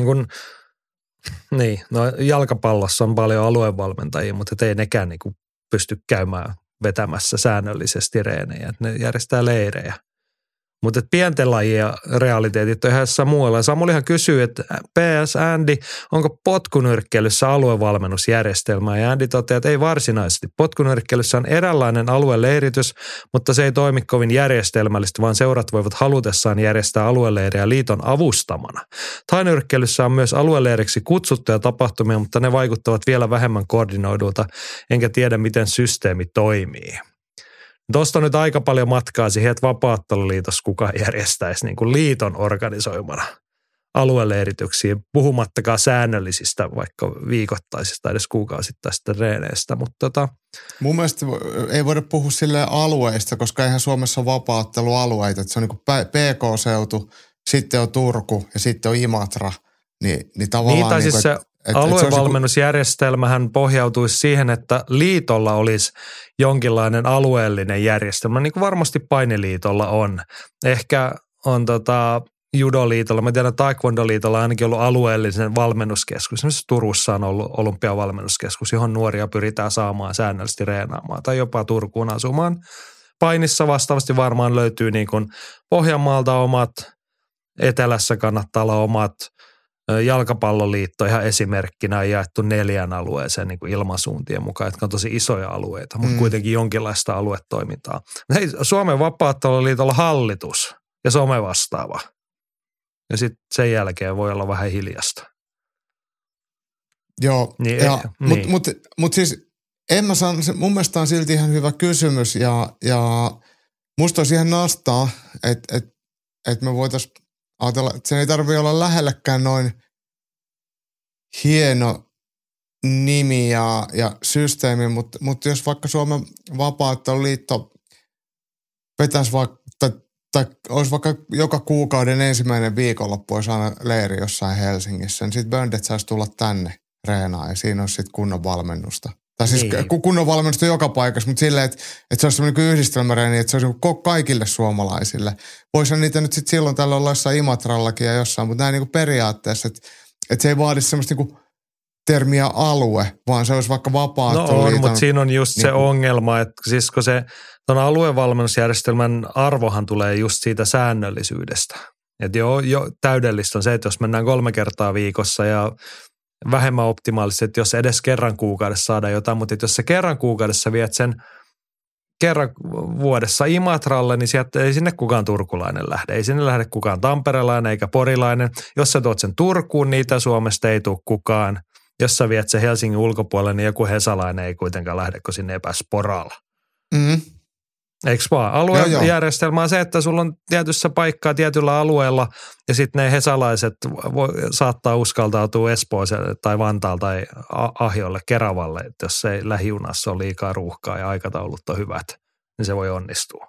jalkapallossa on paljon aluevalmentajia, mutta ei nekään pysty käymään vetämässä säännöllisesti reenejä. Että ne järjestää leirejä. Mutta pienten lajien realiteetit on ihan jossain muualla. Ja Samulihan kysyy, että PS Andy, onko potkunyrkkeilyssä aluevalmennusjärjestelmää? Ja Andy toteaa, että ei varsinaisesti. Potkunyrkkeilyssä on eräänlainen alueleiritys, mutta se ei toimi kovin järjestelmällisesti, vaan seurat voivat halutessaan järjestää alueleirejä liiton avustamana. Tainyrkkeilyssä on myös alueleiriksi kutsuttuja tapahtumia, mutta ne vaikuttavat vielä vähemmän koordinoidulta, enkä tiedä, miten systeemi toimii. Tuosta on nyt aika paljon matkaa siihen, että Vapaa-otteluliitossa kukaan järjestäisi niin kuin liiton organisoimana alueleirityksiä, puhumattakaan säännöllisistä, vaikka viikoittaisista edes kuukausittaisista reeneistä. Mutta mun mielestä ei voida puhua silleen alueista, koska eihän Suomessa ole vapaa-ottelualueita. Se on niin kuin PK-seutu, sitten on Turku ja sitten on Imatra. Niin tavallaan niin, se aluevalmennusjärjestelmähän pohjautuisi siihen, että liitolla olisi jonkinlainen alueellinen järjestelmä, niin kuin varmasti painiliitolla on. Ehkä on judoliitolla, mä tiedän taekwondo-liitolla on ainakin ollut alueellinen valmennuskeskus. Esimerkiksi Turussa on ollut olympiavalmennuskeskus, johon nuoria pyritään saamaan säännöllisesti reenaamaan tai jopa Turkuun asumaan. Painissa vastaavasti varmaan löytyy niin kuin Pohjanmaalta omat, etelässä kannattaa olla omat, jalkapalloliitto ihan esimerkkinä on jaettu 4 alueeseen niin kuin ilmansuuntien mukaan, jotka on tosi isoja alueita, mutta kuitenkin jonkinlaista aluetoimintaa. Hei, Suomen Vapaa-otteluliitolla hallitus ja some vastaava. Ja sitten sen jälkeen voi olla vähän hiljasta. Joo, niin, mutta siis mun mielestä on silti ihan hyvä kysymys ja musta olisi ihan nastaa, että me voitaisiin ajatella, että sen ei tarvitse olla lähellekään noin hieno nimi ja systeemi, mutta jos vaikka Suomen Vapaa-otteluliitto vetäisi tai olisi vaikka joka kuukauden ensimmäinen viikonloppu olisi aina leiri jossain Helsingissä, niin sitten böndet saisi tulla tänne reenaan ja siinä olisi sitten kunnon valmennusta. Tai siis kunnon valmennusta joka paikassa, mutta silleen, että se olisi semmoinen yhdistelmäreeni, että se olisi kaikille suomalaisille. Voisihan niitä nyt sitten silloin tällä olla jossain Imatrallakin ja jossain, mutta näin niin kuin periaatteessa, että se ei vaadi semmoista niin kuin termiä alue, vaan se olisi vaikka Vapaa-otteluliiton. No on, mutta siinä on just niin se ongelma, että siis kun se tuon aluevalmennusjärjestelmän arvohan tulee just siitä säännöllisyydestä. Että jo täydellistä on se, että jos mennään 3 kertaa viikossa ja vähemmän optimaalisesti, että jos edes kerran kuukaudessa saadaan jotain, mutta jos sä kerran kuukaudessa viet sen kerran vuodessa Imatralle, niin sieltä ei sinne kukaan turkulainen lähde. Ei sinne lähde kukaan tamperelainen eikä porilainen. Jos sä tuot sen Turkuun, niitä Suomesta ei tule kukaan. Jos sä viet sen Helsingin ulkopuolelle, niin joku hesalainen ei kuitenkaan lähde, kun sinne epäs poralla. Mm. Eikö vaan? Aluejärjestelmä on se, että sulla on tietyssä paikkaa tietyllä alueella ja sitten ne hesalaiset saattaa uskaltautua Espooselle tai Vantaalta tai Ahjolle, Keravalle, että jos ei lähijunassa ole liikaa ruuhkaa ja aikataulut on hyvät, niin se voi onnistua.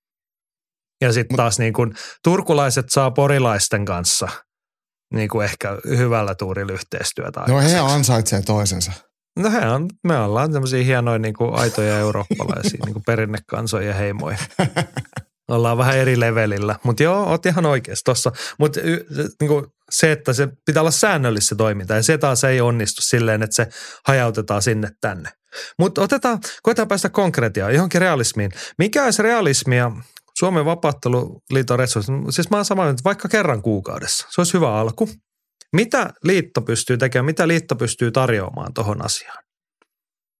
Ja sitten taas niin kun turkulaiset saa porilaisten kanssa niin kuin ehkä hyvällä tuurilla yhteistyötä. No he ansaitsee toisensa. No me ollaan tämmöisiä hienoja niin kuin aitoja eurooppalaisia niin kuin perinnekansoja heimoja. Ollaan vähän eri levelillä, mutta joo, oot ihan oikeassa tuossa. Mutta niin se, että se pitää olla säännöllistä toimintaa ja se taas ei onnistu silleen, että se hajautetaan sinne tänne. Mutta koetaan päästä konkretiaan, johonkin realismiin. Mikä olisi realismia Suomen Vapaa-otteluliiton resurssi? Siis mä oon samaa mieltä, vaikka kerran kuukaudessa. Se olisi hyvä alku. Mitä liitto pystyy tekemään, mitä liitto pystyy tarjoamaan tuohon asiaan?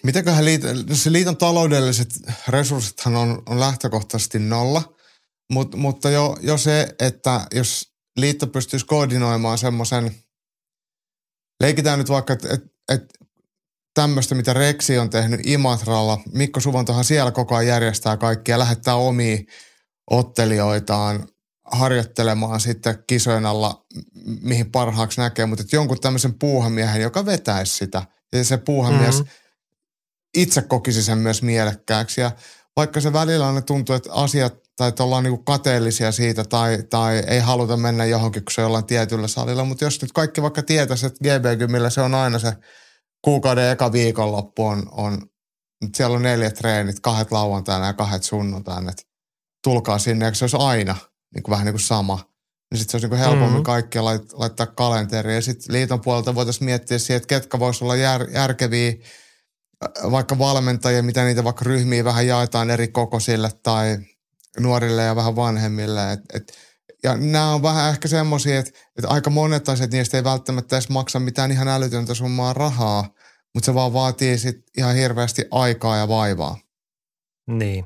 Mitenköhän se liiton taloudelliset resurssithan on lähtökohtaisesti nolla, mutta jo se, että jos liitto pystyisi koordinoimaan semmoisen, leikitään nyt vaikka, että tämmöistä, mitä Rexi on tehnyt Imatralla, Mikko Suvantohan siellä koko ajan järjestää kaikkia, lähettää omia ottelijoitaan harjoittelemaan sitten kisojen alla, mihin parhaaksi näkee, mutta jonkun tämmöisen puuhamiehen, joka vetäisi sitä, ja se puuhamies itse kokisi sen myös mielekkääksi, ja vaikka se välillä aina tuntuu, että asiat, tai että ollaan niinku kateellisia siitä, tai ei haluta mennä johonkin, kun se ollaan tietyllä salilla, mutta jos nyt kaikki vaikka tietäisi, että GB-gymillä se on aina se kuukauden eka viikonloppu on siellä on 4 treenit, 2 lauantaina ja 2 sunnuntaina, että tulkaa sinne, ja se olisi aina niin kuin vähän niin kuin sama. Niin sitten se olisi niin kuin helpommin kaikkia laittaa kalenteriin. Ja sitten liiton puolelta voitaisiin miettiä siihen, että ketkä voisi olla järkeviä vaikka valmentajia, mitä niitä vaikka ryhmiä vähän jaetaan eri kokoisille tai nuorille ja vähän vanhemmille. Ja nämä on vähän ehkä semmoisia, että aika monet asiat niistä ei välttämättä edes maksa mitään ihan älytöntä summaa rahaa, mutta se vaan vaatii sitten ihan hirveästi aikaa ja vaivaa. Niin.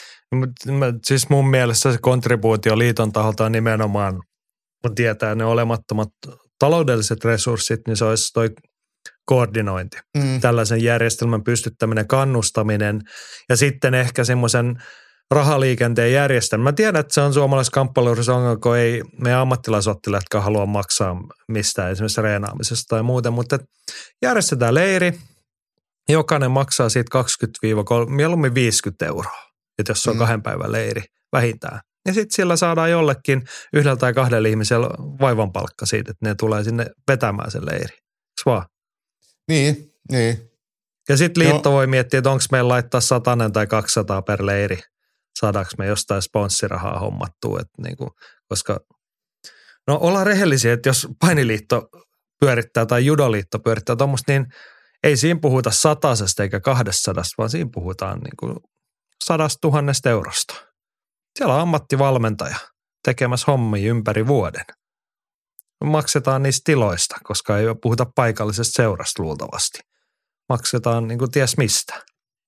Siis mun mielestä se kontribuutio liiton taholta on nimenomaan, kun tietää ne olemattomat taloudelliset resurssit, niin se olisi toi koordinointi. Tällaisen järjestelmän pystyttäminen, kannustaminen ja sitten ehkä semmoisen rahaliikenteen järjestelmä. Mä tiedän, että se on suomalaisessa kamppailussa ongelma, kun ei meidän ammattilaisottelijatkaan halua maksaa mistään esimerkiksi reenaamisesta tai muuten, mutta järjestetään leiri, jokainen maksaa siitä 20-50 €, että jos se on 2 päivän leiri vähintään. Ja sitten sillä saadaan jollekin 1 tai 2 ihmisellä vaivanpalkka siitä, että ne tulee sinne vetämään sen leiri. Eiks vaan? Niin. Ja sitten liitto voi miettiä, että onko meillä laittaa 100 tai 200 per leiri. Saadaanko me jostain sponssirahaa hommattua, että niinku, koska no ollaan rehellisiä, että jos painiliitto pyörittää tai judoliitto pyörittää tuommoista, niin ei siinä puhuta 100 eikä 200, vaan siinä puhutaan niinku 100 000 €. Siellä on ammattivalmentaja tekemässä hommia ympäri vuoden. Maksetaan niistä tiloista, koska ei puhuta paikallisesta seurasta luultavasti. Maksetaan niin kuin ties mistä.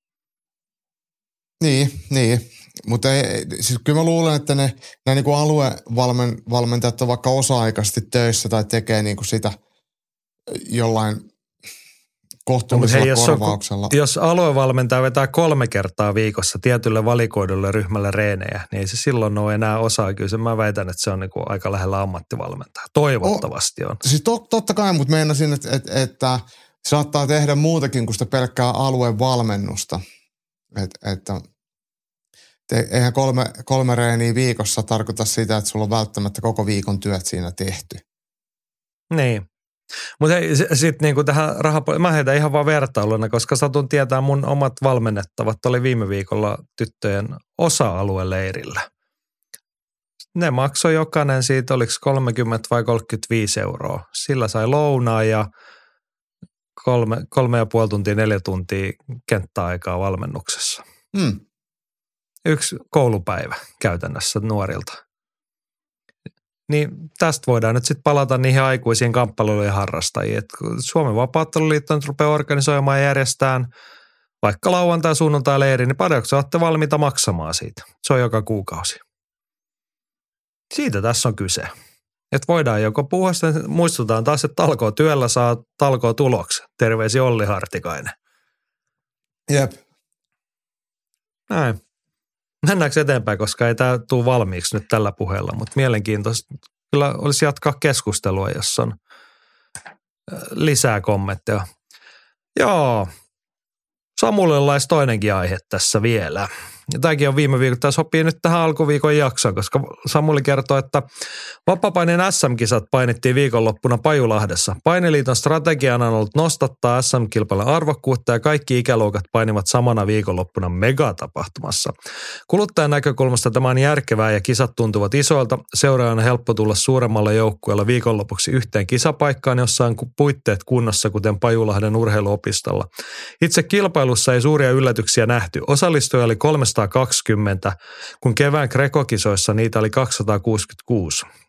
Niin. Mutta siis kyllä mä luulen, että nämä niin kuin aluevalmentajat on vaikka osa-aikaisesti töissä tai tekee niin kuin sitä jollain kohtuullisella korvauksella. Jos aluevalmentaja vetää 3 kertaa viikossa tietylle valikoidulle ryhmälle reenejä, niin ei se silloin ole enää osaa. Kyllä mä väitän, että se on niin kuin aika lähellä ammattivalmentaja. Toivottavasti on. Siis totta kai, mutta meinasin, että saattaa tehdä muutakin kuin sitä pelkkää aluevalmennusta. Että eihän 3 reeniä viikossa tarkoita sitä, että sulla on välttämättä koko viikon työt siinä tehty. Niin. Mutta sitten niinku tähän mä heitän ihan vaan vertailuna, koska satun tietää mun omat valmennettavat oli viime viikolla tyttöjen osa-alueleirillä. Ne maksoi jokainen siitä, oliko 30 vai 35 €. Sillä sai lounaa ja 3,5 tuntia, 4 tuntia kenttäaikaa valmennuksessa. 1 koulupäivä käytännössä nuorilta. Niin tästä voidaan nyt sitten palata niihin aikuisiin kamppailujen harrastajiin. Et Suomen Vapautteluliitto nyt rupeaa organisoimaan ja järjestään vaikka lauantai, sunnuntai leiri, niin paljonko olette valmiita maksamaan siitä? Se on joka kuukausi. Siitä tässä on kyse. Että voidaan joko puhua, muistutaan taas, että talkoo työllä saa talkoo tuloksen. Terveisi Olli Hartikainen. Jep. Näin. Mennäänkö eteenpäin, koska ei tämä tule valmiiksi nyt tällä puheella, mutta mielenkiintoista. Kyllä olisi jatkaa keskustelua, jos on lisää kommentteja. Joo, Samulilla olisi toinenkin aihe tässä vielä. Ja tämäkin on viime viikolla. Tämä sopii nyt tähän alkuviikon jaksoon, koska Samuli kertoo, että vapaapainin SM-kisat painittiin viikonloppuna Pajulahdessa. Painiliiton strategiana on ollut nostattaa SM-kilpailun arvokkuutta ja kaikki ikäluokat painivat samana viikonloppuna megatapahtumassa. Kuluttajan näkökulmasta tämä on järkevää ja kisat tuntuvat isoilta. Seuraajana on helppo tulla suuremmalla joukkueella viikonlopuksi yhteen kisapaikkaan, jossa on puitteet kunnossa, kuten Pajulahden urheiluopistolla. Itse kilpailussa ei suuria yllätyksiä nähty. Osallistujia oli 320, kun kevään Greco-kisoissa niitä oli 266.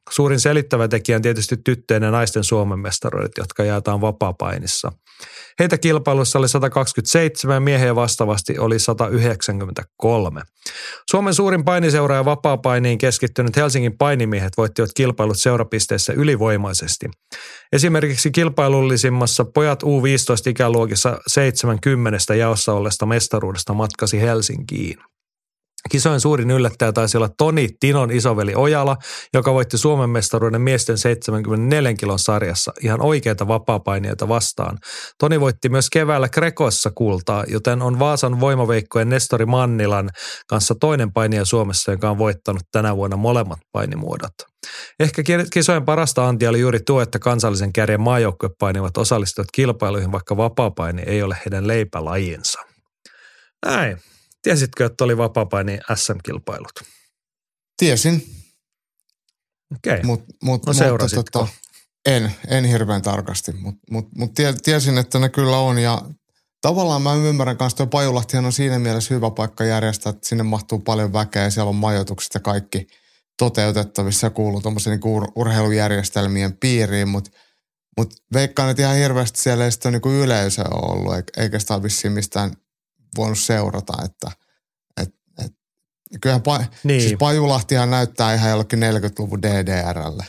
Suurin selittävä tekijä on tietysti tyttöjen ja naisten Suomen mestaruudet, jotka jaetaan vapaapainissa. Heitä kilpailussa oli 127 ja miehiä vastaavasti oli 193. Suomen suurin painiseuraaja vapaapainiin keskittynyt Helsingin painimiehet voittivat kilpailut seurapisteissä ylivoimaisesti. Esimerkiksi kilpailullisimmassa pojat U15-ikäluokissa 70 jaossa olleesta mestaruudesta matkasi Helsinkiin. Kisojen suurin yllättäjä taisi olla Toni Tinon isoveli Ojala, joka voitti Suomen mestaruuden miesten 74 kilon sarjassa ihan oikeita vapaapainijoita vastaan. Toni voitti myös keväällä Grecossa kultaa, joten on Vaasan voimaveikkojen Nestori Mannilan kanssa toinen painija Suomessa, joka on voittanut tänä vuonna molemmat painimuodot. Ehkä kisojen parasta antia oli juuri tuo, että kansallisen kärjen maajoukkuepainivat osallistuvat kilpailuihin, vaikka vapaapaini ei ole heidän leipälajinsa. Näin. Tiesitkö, että oli vapaapaini SM-kilpailut? Tiesin. Okei. No seurasitko? En hirveän tarkasti, mutta tiesin, että ne kyllä on. Ja tavallaan mä ymmärrän kanssa, että Pajulahtihan on siinä mielessä hyvä paikka järjestää, että sinne mahtuu paljon väkeä ja siellä on majoitukset ja kaikki toteutettavissa ja kuuluu tuommoisen niin urheilujärjestelmien piiriin, mutta veikkaan, että ihan hirveästi siellä ei sitten ole niin yleisö ollut, eikä sitä vissiin mistään voinut seurata, että kyllähän niin. Siis Pajulahtihan näyttää ihan jollekin 40-luvun DDR:lle.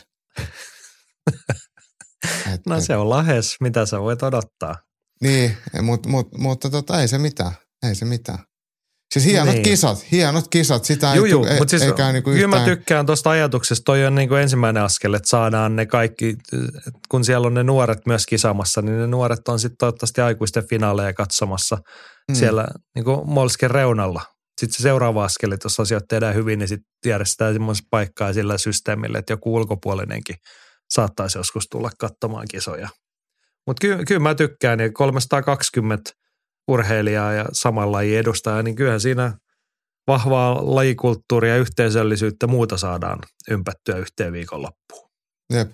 No se on lähes, mitä sä voit odottaa. Niin, mutta ei se mitään. Siis hienot kisat, sitä mutta siis ei käy niinku kyllä yhtään. mä tykkään tuosta ajatuksesta, toi on niinku ensimmäinen askel, että saadaan ne kaikki, kun siellä on ne nuoret myös kisamassa, niin ne nuoret on sitten toivottavasti aikuisten finaaleja katsomassa siellä niinku Molsken reunalla. Sitten se seuraava askel, että jos asiat tehdään hyvin, niin sitten järjestetään semmoista paikkaa sillä systeemillä, että joku ulkopuolinenkin saattaisi joskus tulla katsomaan kisoja. Mutta kyllä mä tykkään, niin 320 urheilijaa ja saman lajin edustajaa, niin kyllähän siinä vahvaa lajikulttuuria ja yhteisöllisyyttä muuta saadaan ympättyä yhteen viikonloppuun. Jep.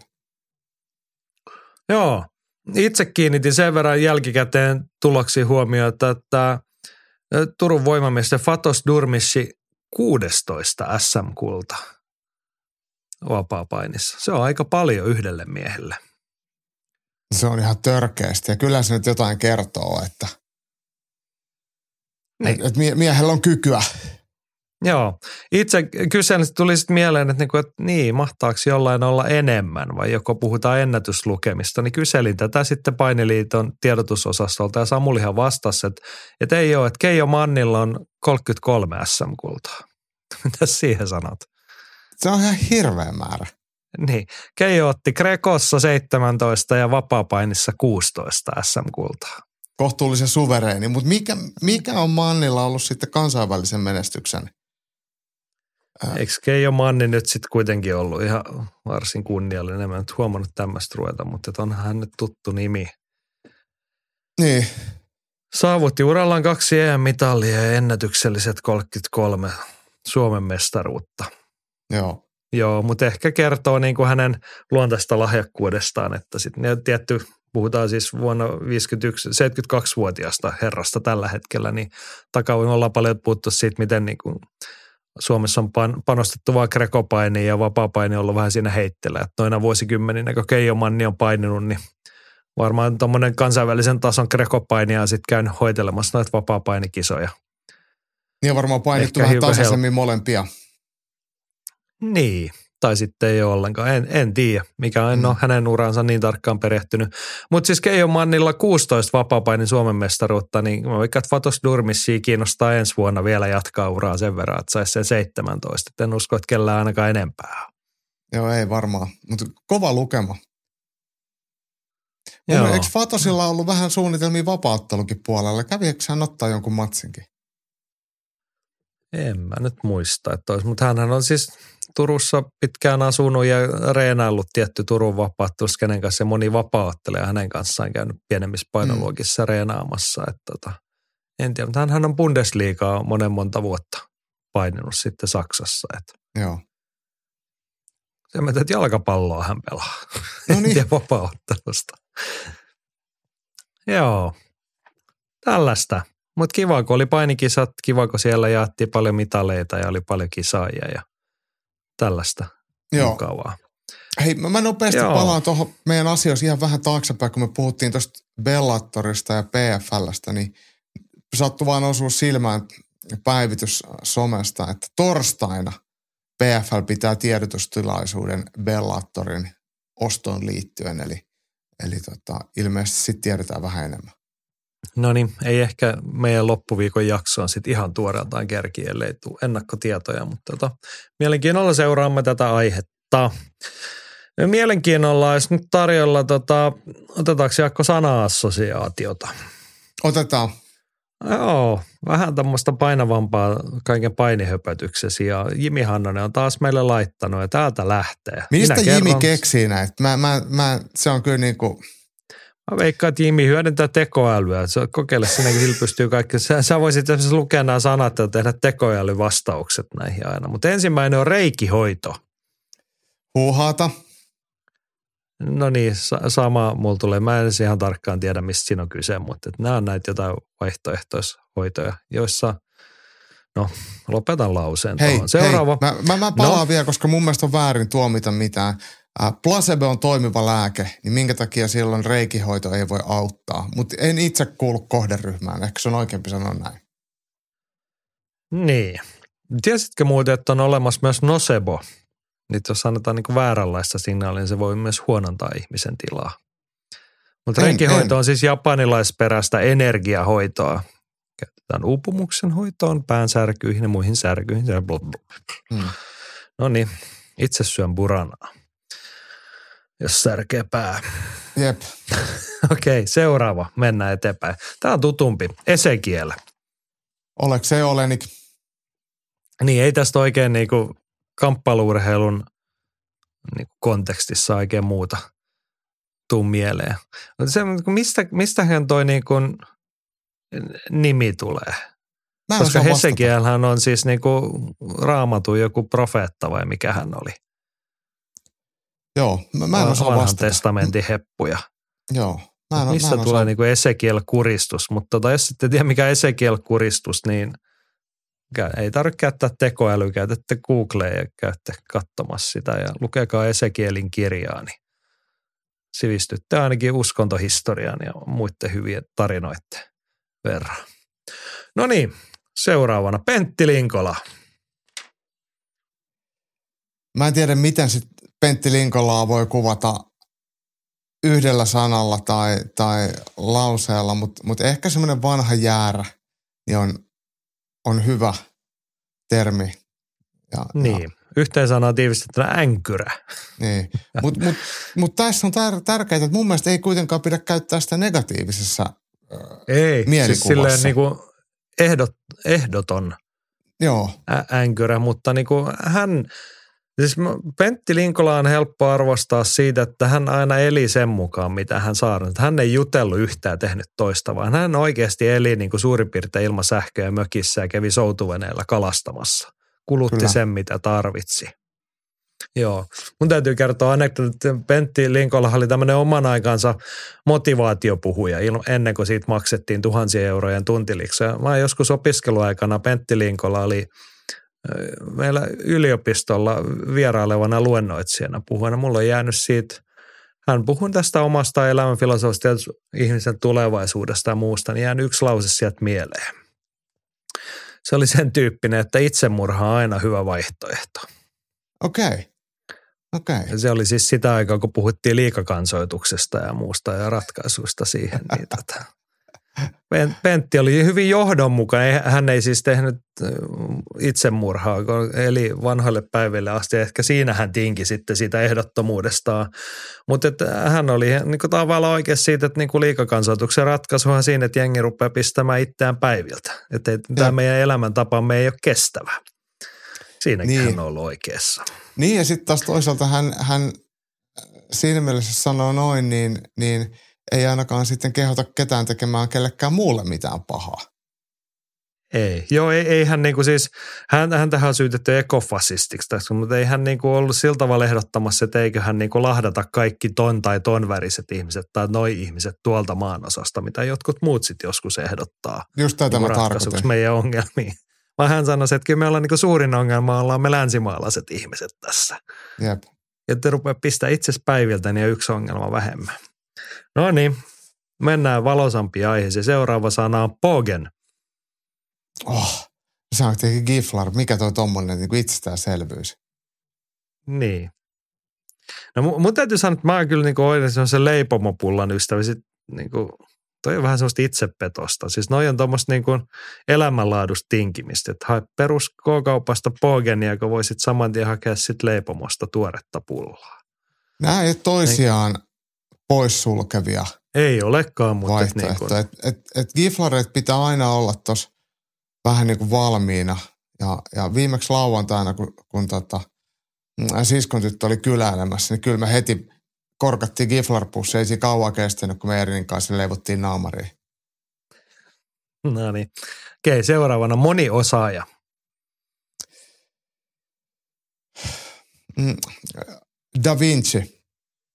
Joo, itse kiinnitin sen verran jälkikäteen tuloksiin huomiota, että Turun voimamiesten Fatos Durmishi 16 SM-kulta vapaapainissa. Se on aika paljon yhdelle miehelle. Se on ihan törkeästi ja kyllä se nyt jotain kertoo, että miehellä on kykyä. Joo. Itse kyselin, tuli sitten mieleen, että mahtaako jollain olla enemmän vai joko puhutaan ennätyslukemista, niin kyselin tätä sitten Painiliiton tiedotusosastolta ja Samulihan vastasi, että ei ole, että Keijo Mannilla on 33 SM-kultaa. Mitä siihen sanot? Se on ihan hirveä määrä. Niin. Keijo otti Grecossa 17 ja vapaapainissa 16 SM-kultaa. Kohtuullisen suvereeni, mutta mikä on Mannilla ollut sitten kansainvälisen menestyksen? Eikö Keijo Manni nyt sitten kuitenkin ollut ihan varsin kunniallinen? En mä nyt huomannut tämmöistä ruveta, mutta onhan hän nyt tuttu nimi. Niin. Saavutti urallaan 2 EM-mitalia ja ennätykselliset 33 Suomen mestaruutta. Joo. Joo, mutta ehkä kertoo niin kuin hänen luontaista lahjakkuudestaan, että sitten tietty, puhutaan siis vuonna 72-vuotiaasta herrasta tällä hetkellä, niin takavuin ollaan paljon puhuttu siitä, miten niin kuin Suomessa on panostettu vaan Greco-painiin ja vapaa-paini on ollut vähän siinä heitteellä. Että noina vuosikymmeninä, kun Keijo Manni on paininut, niin varmaan tuommoinen kansainvälisen tason Greco-painia on sitten käynyt hoitelemassa noita vapaa-painikisoja. Niin varmaan painittu vähän tasaisemmin molempia. Niin, tai sitten ei ole ollenkaan. En tiedä, mikä en ole hänen uransa niin tarkkaan perehtynyt. Mutta siis Keijo Mannilla 16 vapaapainin Suomen mestaruutta, niin mä vaikka Fatos Durmishia kiinnostaa ensi vuonna vielä jatkaa uraa sen verran, että saisi sen 17. Et en usko, että kellään ainakaan enempää. Joo, ei varmaan, mutta kova lukema. Eikö Fatosilla ollut vähän suunnitelmia vapauttelukin puolella? Käviekö hän ottaa jonkun matsinkin? En mä nyt muista, että olisi, mutta hänhän on siis Turussa pitkään asunut ja reenaillut tietty Turun vapaattelussa, kenen kanssa moni vapaa-ottelija hänen kanssaan käynyt pienemmissä painoluokissa reenaamassa. Että en tiedä, mutta hän on Bundesliigaa monta vuotta paininut sitten Saksassa. Että joo. Se mä tiedän, että jalkapalloa hän pelaa. No niin. Ja vapaa-ottelusta. Joo, tällaista. Mutta kiva, kun oli painikisat, kiva, kun siellä jaettiin paljon mitaleita ja oli paljon kisaajia ja tällaista mukavaa. Hei, mä nopeasti palaan tuohon meidän asioissa ihan vähän taaksepäin, kun me puhuttiin tuosta Bellatorista ja PFLstä, niin sattui vaan osua silmään päivitys somesta, että torstaina PFL pitää tiedotustilaisuuden Bellatorin ostoon liittyen, eli ilmeisesti sitten tiedetään vähän enemmän. No niin, ei ehkä meidän loppuviikon jaksoon sitten ihan tuoreeltaan kerki, ellei tule ennakkotietoja, mutta mielenkiinnolla seuraamme tätä aihetta. Mielenkiinnolla olisi nyt tarjolla, otetaanko Jaakko sana-assosiaatiota? Otetaan. Joo, vähän tämmöistä painavampaa kaiken painihöpötyksesi ja Jimi Hannonen on taas meille laittanut ja täältä lähtee. Mistä Jimi keksii näitä? Se on kyllä niin kuin... Mä veikkaan, että Jimi hyödyntää tekoälyä. Kokeile sinnekin, sillä pystyy kaikki. Sä voisit esimerkiksi lukea nämä sanat ja tehdä tekoälyvastaukset näihin aina. Mutta ensimmäinen on reikihoito. Huuhaata. No niin, sama mulla tulee. Mä en ihan tarkkaan tiedä, mistä siinä on kyse, mutta nämä on näitä jotain vaihtoehtoishoitoja, joissa, no lopetan lauseen tuohon. Seuraava. Hei, mä palaan vielä, koska mun mielestä on väärin tuomita mitään. Placebo on toimiva lääke, niin minkä takia silloin reikihoito ei voi auttaa. Mutta en itse kuulu kohderyhmään, ehkä se on oikeampi sanoa näin. Niin. Tiesitkö muuten, että on olemassa myös nocebo? Niin jos annetaan niin vääränlaista signaalia, niin se voi myös huonontaa ihmisen tilaa. Mutta reikihoito on siis japanilaisperäistä energiahoitoa. Käytetään uupumuksen hoitoon, pään särkyihin ja muihin särkyihin. No niin, itse syön buranaa, jos särkee pää. Jep. Okei, seuraava. Mennään eteenpäin. Tämä on tutumpi. Esekiel. Oleks se Olenik? Niin, ei tästä oikein niinku kamppailuurheilun niinku kontekstissa oikein muuta tuu mieleen. Se, mistähän toi niinku nimi tulee? Koska Hesekielhän on siis niinku Raamatun joku profeetta vai mikä hän oli? Joo, mä en osaa vastata. Vanhan testamentin heppuja. Joo. Mistä tulee niinku Esekiel-kuristus, mutta jos ette tiedä mikä Esekiel-kuristus, niin ei tarvitse käyttää tekoälyä, käytätte Googlea ja käytte katsomassa sitä ja lukekaa Esekielin kirjaa, niin sivistytte ainakin uskontohistorian ja muiden hyvien tarinoiden verran. No niin, seuraavana Pentti Linkola. Mä en tiedä, miten sit Pentti Linkolaa voi kuvata yhdellä sanalla tai lauseella, mutta ehkä semmoinen vanha jäärä niin on hyvä termi. Niin, yhteen sanaan tiivistettynä änkyrä. Niin, mutta tässä on tärkeää, että mun mielestä ei kuitenkaan pidä käyttää sitä negatiivisessa mielikuvassa. Siis silleen niinku ehdoton änkyrä, mutta niinku siis Pentti Linkola on helppo arvostaa siitä, että hän aina eli sen mukaan, mitä hän saa. Hän ei jutellut yhtään tehnyt toista, vaan hän oikeasti eli niin kuin suurin piirtein ilman sähköä mökissä ja kävi soutuveneellä kalastamassa. Kulutti sen, mitä tarvitsi. Joo. Mun täytyy kertoa anekdootti, että Pentti Linkola oli tämmöinen oman aikansa motivaatiopuhuja ennen kuin siitä maksettiin 1000 eurojen tuntiliksoja. Mä joskus opiskeluaikana Pentti Linkola oli meillä yliopistolla vierailevana luennoitsijana puhuina. Mulla on jäänyt siitä, hän puhui tästä omasta elämänfilosofiasta ja ihmisen tulevaisuudesta ja muusta, niin jäänyt yksi lause sieltä mieleen. Se oli sen tyyppinen, että itsemurha on aina hyvä vaihtoehto. Okei. Ja se oli siis sitä aikaa, kun puhuttiin liikakansoituksesta ja muusta ja ratkaisuista siihen. Niin Pentti oli hyvin johdonmukainen. Hän ei siis tehnyt itsemurhaa, eli vanhoille päiville asti. Ehkä siinä hän tinki sitten siitä ehdottomuudestaan. Mutta hän oli niin tavallaan oikeassa siitä, että niin liikakansoituksen ratkaisuhan siinä, että jengi rupeaa pistämään itseään päiviltä. Että tämä meidän elämäntapamme ei ole kestävä. Siinäkin hän on ollut oikeassa. Niin ja sitten taas toisaalta hän siinä mielessä sanoo noin, niin ei ainakaan sitten kehota ketään tekemään kellekään muulle mitään pahaa. Ei. Joo, ei hän niinku siis, häntähän on syytetty ekofasistiksi tässä, mutta ei hän niinku ollut sillä tavalla ehdottamassa, että eikö hän niinku lahdata kaikki ton tai ton väriset ihmiset tai noi ihmiset tuolta maanosasta, mitä jotkut muut sitten joskus ehdottaa. Just tätä mä tarkoitin. Meidän ongelmiin. Vaan hän sanoi, että kyllä me ollaan niinku suurin ongelma, ollaan me länsimaalaiset ihmiset tässä. Jep. että rupea pistää itsesi päiviltä, niin on yksi ongelma vähemmän. No niin, mennään valoisampiin aiheisiin. Seuraava sana on Pogen. Se on tietenkin Giflar. Mikä toi tommonen niin kuin itsestäänselvyys? Niin. No mun täytyy sanoa, että mä oon kyllä niinku oikein semmoisen leipomopullan ystävä. Niinku, toi on vähän semmoista itsepetosta. Siis noi on tuommoista niinku elämänlaadusta tinkimistä. Että hae perus K-kaupasta Pogenia, joka voisit saman tien hakea sit leipomosta tuoretta pullaa. Nämä ei ole toisiaan poissulkevia ei olekaan, mutta vaihtoehtoja. Et Giflareet pitää aina olla tuossa vähän niin kuin valmiina. Ja viimeksi lauantaina, kun siskon tyttö oli kyläilemässä, niin kyllä me heti korkattiin Giflar-pussi. Ei siinä kauan kestänyt, kun me Erinin kanssa leivottiin naamariin. No niin. Okei, seuraavana moniosaaja. Da Vinci.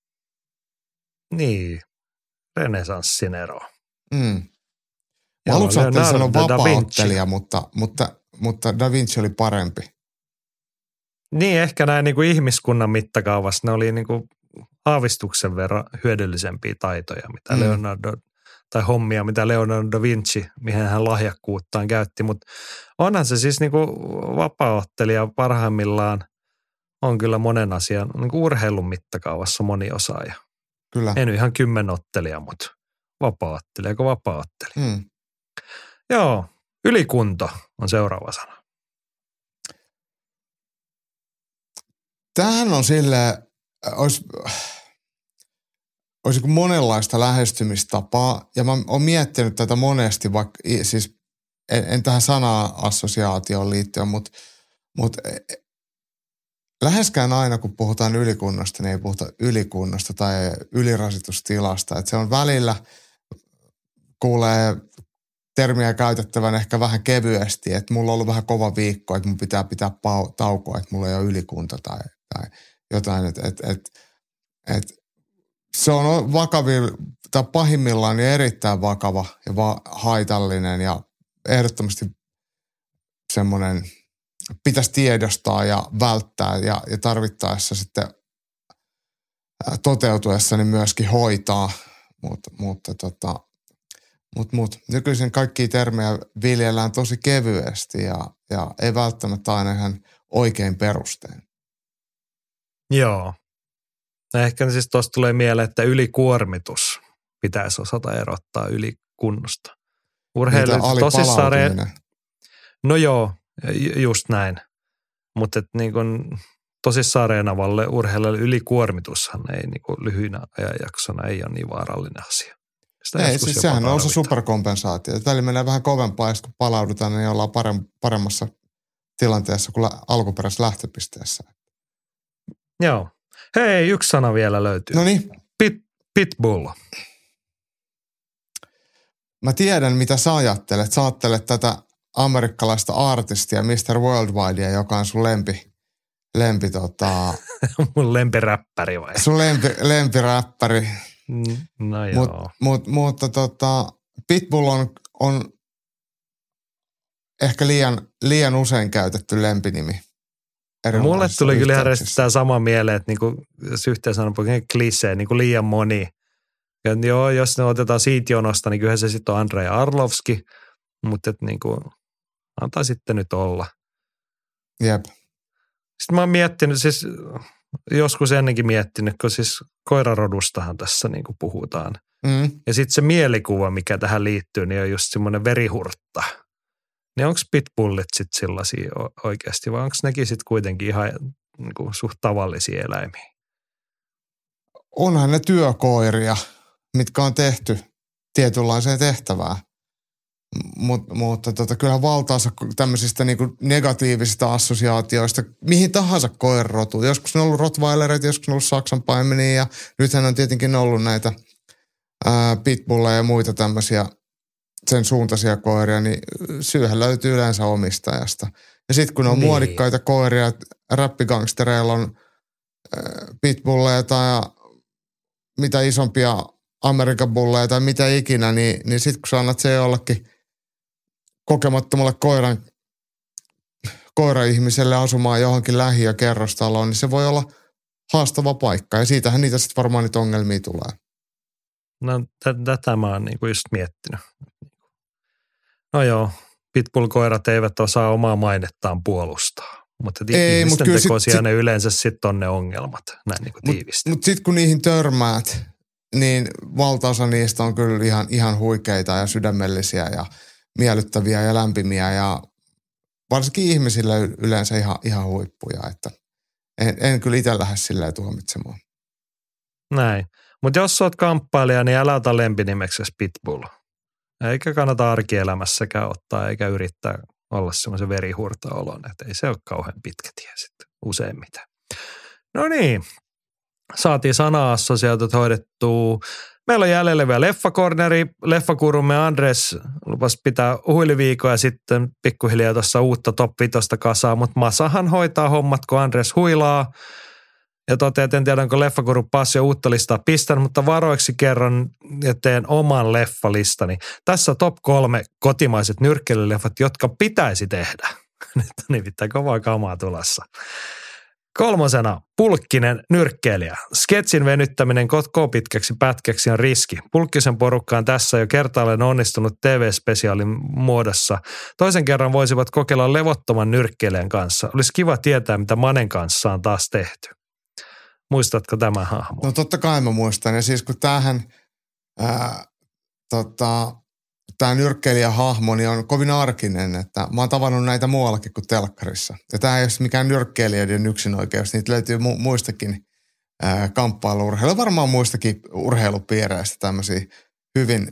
Niin, renesanssinero. Aluksi ajattelin sanoa vapaa-ottelija, mutta Da Vinci oli parempi. Niin, ehkä näin niin kuin ihmiskunnan mittakaavassa ne oli niin kuin aavistuksen verran hyödyllisempiä taitoja, mitä Leonardo, tai hommia, mitä Leonardo da Vinci, mihin hän lahjakkuuttaan käytti. Mutta onhan se siis niin kuin vapaa-ottelija parhaimmillaan on kyllä monen asian niin kuin urheilun mittakaavassa moniosaaja. Kyllä. En ihan 10-ottelija, mutta vapaa-ottelija, kun vapaa-ottelija. Joo, ylikunto on seuraava sana. Tämähän on silleen, olisi monenlaista lähestymistapaa, ja mä oon miettinyt tätä monesti, vaikka siis en tähän sana-assosiaatioon liittyen, mutta läheskään aina, kun puhutaan ylikunnasta, niin ei puhuta ylikunnasta tai ylirasitustilasta. Että se on välillä, kuulee termiä käytettävän ehkä vähän kevyesti, että mulla on ollut vähän kova viikko, että mun pitää taukoa, että mulla ei ole ylikunta tai jotain. Että se on tai pahimmillaan niin erittäin vakava ja haitallinen ja ehdottomasti semmoinen pitäisi tiedostaa ja välttää ja tarvittaessa sitten toteutuessa niin myöskin hoitaa, mutta nykyisin kaikkia termejä viljellään tosi kevyesti ja ei välttämättä aina ihan oikein perustein. Joo. Ehkä siis tuosta tulee mieleen, että ylikuormitus pitäisi osata erottaa ylikunnosta. Urheilijat tosissaan. No joo, just näin. Mutta niin tosissaan reenavalle urheilijalle ylikuormitushan ei niin lyhyinä ajanjaksona ei ole niin vaarallinen asia. Ei, siis sehän on se superkompensaatio. Välillä menee vähän kovempaa, ja kun palaudutaan, niin ollaan paremmassa tilanteessa kuin alkuperäisessä lähtöpisteessä. Joo. Hei, yksi sana vielä löytyy. Noniin. Pitbull. Mä tiedän, mitä sä ajattelet. Sä ajattelet tätä amerikkalaista artistia, Mr. Worldwidea, joka on sun mun lempiräppäri vai? Sun lempiräppäri. No joo. Mutta Pitbull on ehkä liian usein käytetty lempinimi. Mulle tuli kyllä ihan tämä sama mieleen, että niinku, jos yhteen sanon klisee, niinku liian moni. Ja joo, jos ne otetaan siitä jonosta, niin kyllähän se sitten on Andrei Arlovski, mutta niinku, antaa sitten nyt olla. Jep. Sitten mä oon miettinyt, siis joskus ennenkin miettinyt, kun siis koirarodustahan tässä niinku puhutaan. Ja sitten se mielikuva, mikä tähän liittyy, niin on just semmoinen verihurtta. Niin onko pitbullit sitten sellaisia oikeasti vai onko nekin sitten kuitenkin ihan niinku suht tavallisia eläimiä? Onhan ne työkoiria, mitkä on tehty tietynlaiseen tehtävään. Mutta kyllähän valtaansa tämmöisistä niinku negatiivisista assosiaatioista, mihin tahansa koirarotuun. Joskus on ollut rottweilereita, joskus on ollut saksanpaimenia ja nythän on tietenkin ollut näitä pitbulleja ja muita tämmöisiä sen suuntaisia koiria, niin syyhän löytyy yleensä omistajasta. Ja sitten kun on muodikkaita koiria, räppigangstereilla on pitbulleja tai mitä isompia Amerikan bulleja tai mitä ikinä, niin sitten kun sä annat se jollekin kokemattomalle koira-ihmiselle asumaan johonkin lähi- ja kerrostaloon, niin se voi olla haastava paikka ja siitähän niitä sitten varmaan niitä ongelmia tulee. No tätä mä oon niinku just miettinyt. No joo, pitbull-koirat eivät osaa omaa mainettaan puolustaa, mutta ihmisten tekoisia ne yleensä sitten on ne ongelmat, näin niinku tiivisti. Mutta sitten kun niihin törmäät, niin valtaosa niistä on kyllä ihan huikeita ja sydämellisiä ja miellyttäviä ja lämpimiä ja varsinkin ihmisille yleensä ihan huippuja, että en kyllä itse lähde silleen tuomitsemaan. Näin. Mutta jos oot kamppailija, niin älä ota lempinimeksesi pitbull. Eikä kannata arkielämässäkään ottaa, eikä yrittää olla semmoisen verihurta-olon, että ei se ole kauhean pitkä tie sitten useimmiten. No niin, saatiin sana-assosiaatiot hoidettua. Meillä on jäljellä vielä leffakorneri. Leffakurumme Andres lupasi pitää huiliviikkoa ja sitten pikkuhiljaa tuossa uutta top 5 kasaa, mutta Masahan hoitaa hommat, kun Andres huilaa. Ja toteat, en tiedä, onko leffakuru Passi uutta listaa pistänyt, mutta varoiksi kerron ja teen oman leffalistani. Tässä top 3 kotimaiset nyrkkeilyleffat, jotka pitäisi tehdä. Nyt on nimittäin kovaa kamaa tulossa. 3. Pulkkinen nyrkkeilijä. Sketsin venyttäminen pitkäksi pätkäksi on riski. Pulkkisen porukka on tässä jo kertaalleen onnistunut TV-spesiaalin muodossa. Toisen kerran voisivat kokeilla levottoman nyrkkeilijän kanssa. Olisi kiva tietää, mitä Manen kanssa on taas tehty. Muistatko tämän hahmon? No totta kai mä muistan. Ja siis kun tämähän, tämä nyrkkeilijähahmo niin on kovin arkinen, että mä oon tavannut näitä muuallakin kuin telkkarissa. Ja tämä ei ole mikään nyrkkeilijöiden yksinoikeus. Niitä löytyy muistakin kamppailu-urheilu. Varmaan muistakin urheilupiireistä tämmöisiä hyvin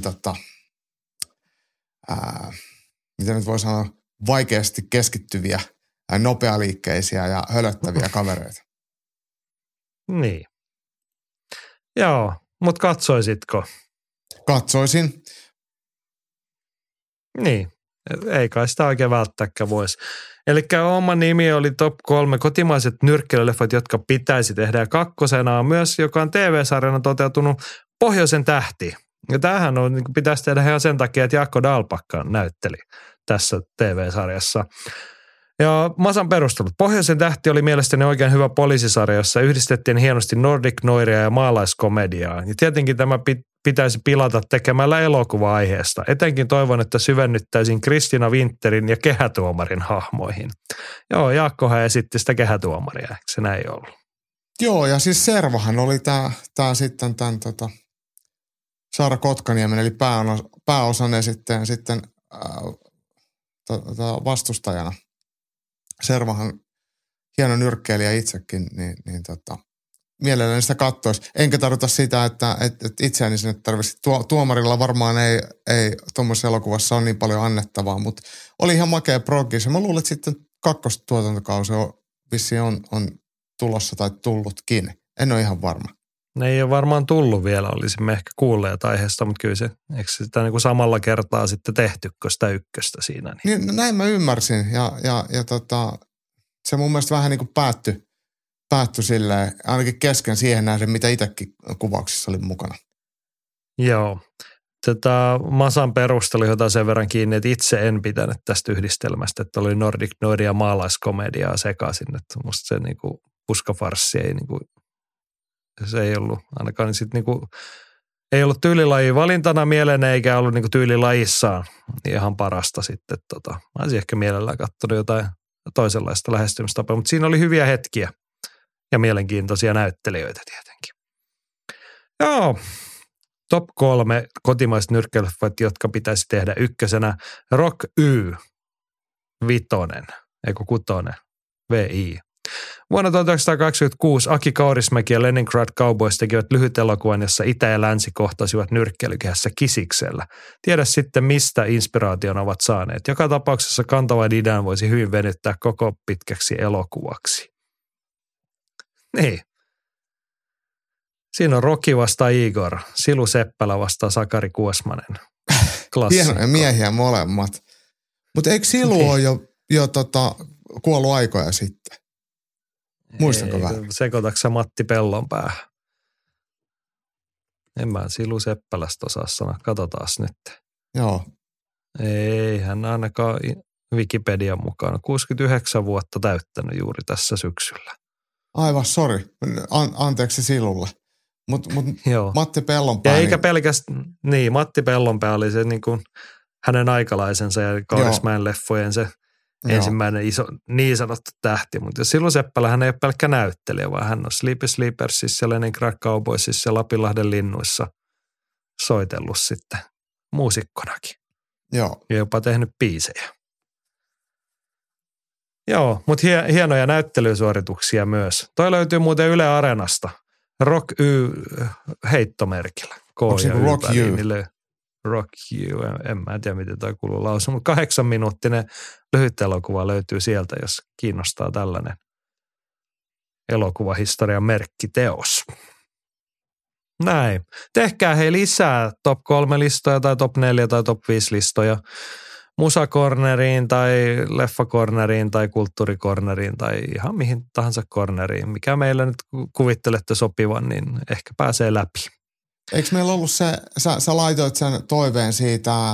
mitä nyt voi sanoa, vaikeasti keskittyviä, nopealiikkeisiä ja hölöttäviä kavereita. Niin. Joo, mutta katsoisitko? Katsoisin. Niin, ei kai sitä oikein välttämättä voisi. Eli oma nimi oli top 3 kotimaiset nyrkkeilyleffat, jotka pitäisi tehdä. Ja 2. on myös, joka on TV-sarjana toteutunut, Pohjoisen tähti. Ja tämähän on, niin pitäisi tehdä ihan sen takia, että Jaakko Dalpakka näytteli tässä TV-sarjassa. Ja Masan perustelut. Pohjoisen tähti oli mielestäni oikein hyvä poliisisarja, jossa yhdistettiin hienosti Nordic noiria ja maalaiskomediaa. Ja tietenkin tämä pitäisi pilata tekemällä elokuva-aiheesta. Etenkin toivon, että syvennyttäisiin Kristina Winterin ja kehätuomarin hahmoihin. Joo, Jaakkohan esitti sitä kehätuomaria, eikö se näin ollut? Joo, ja siis Servahan oli tämä sitten tämän Saara Kotkaniemen, eli pääosan esittäjän sitten vastustajana. Servahan hieno nyrkkeilijä itsekin, niin mielelläni sitä katsoisi. Enkä tarkoita sitä, että itseäni sinne tarvitsisi. Tuomarilla varmaan ei tuommoisessa elokuvassa ole niin paljon annettavaa, mutta oli ihan makea progis. Mä luulen, että sitten 2. tuotantokausi vissiin on tulossa tai tullutkin. En ole ihan varma. Ne ei ole varmaan tullut vielä, olisimme ehkä kuulleet aiheesta, mutta kyllä se, eikö sitä niin kuin samalla kertaa sitten tehty, kun sitä ykköstä siinä? Niin, näin mä ymmärsin ja se mun mielestä vähän niin kuin päättyi silleen, ainakin kesken siihen nähden, mitä itsekin kuvauksissa oli mukana. Joo. Masan perusteli jotain sen verran kiinni, että itse en pitänyt tästä yhdistelmästä, että oli Nordic Noiria ja maalaiskomediaa sekaisin, että musta se niin kuin puskafarssi ei niin kuin se ei ollut ainakaan sitten niinku, ei ollut tyylilajin valintana mieleen eikä ollut niinku tyylilajissaan ihan parasta sitten. Mä olisin ehkä mielellään katsonut jotain toisenlaista lähestymistapaa, mutta siinä oli hyviä hetkiä ja mielenkiintoisia näyttelijöitä tietenkin. Joo, top 3 kotimaiset nyrkkeilyleffat, jotka pitäisi tehdä. 1. Rock Y, 5, eikö 6, VI. Vuonna 1926 Aki Kaurismäki ja Leningrad Cowboys tekivät lyhyt elokuvan, jossa itä ja länsi kohtasivat nyrkkeilykehässä Kisiksellä. Tiedä sitten, mistä inspiraation ovat saaneet. Joka tapauksessa kantavan idean voisi hyvin venyttää koko pitkäksi elokuvaksi. Niin. Siinä on Rocky vastaan Igor, Silu Seppälä vastaan Sakari Kuosmanen. Hienoja miehiä molemmat. Mutta eikö Silu ole jo kuollut aikoja sitten? Muistanko vähän? Sekoitatko sä Matti Pellonpäähän? En mä Silu Seppälästä osaa sanoa. Katsotaas nyt. Joo. Ei hän ainakaan Wikipedian mukaan. 69 vuotta täyttänyt juuri tässä syksyllä. Aivan, sori. Anteeksi sinulle. Mut Matti Pellonpää. Ja eikä pelkästään, niin Matti Pellonpää oli se niin kuin hänen aikalaisensa ja Kaurismäen leffojen se ensimmäinen iso niin sanottu tähti. Mutta silloin Seppälä hän ei ole pelkkä näyttelijä, vaan hän on Sleepy Sleepersissa ja Leningrad Cowboysissa ja Lapinlahden linnuissa soitellut sitten muusikkonakin. Joo. Ja jopa tehnyt biisejä. Joo, mutta hienoja näyttelysuorituksia myös. Toi löytyy muuten Yle Areenasta. Rock Y heittomerkillä. Onko se Rock You? Rock You, en mä tiedä miten toi kuuluu lausua, mutta 8-minuuttinen lyhyt elokuva löytyy sieltä, jos kiinnostaa tällainen elokuvahistorian merkkiteos. Näin. Tehkää hei lisää top 3 listoja tai top 4 tai top 5 listoja musakorneriin tai leffakorneriin tai kulttuurikorneriin tai ihan mihin tahansa korneriin. Mikä meillä nyt kuvittelette sopivan, niin ehkä pääsee läpi. Eikö meillä ollut se, sä laitoit sen toiveen siitä,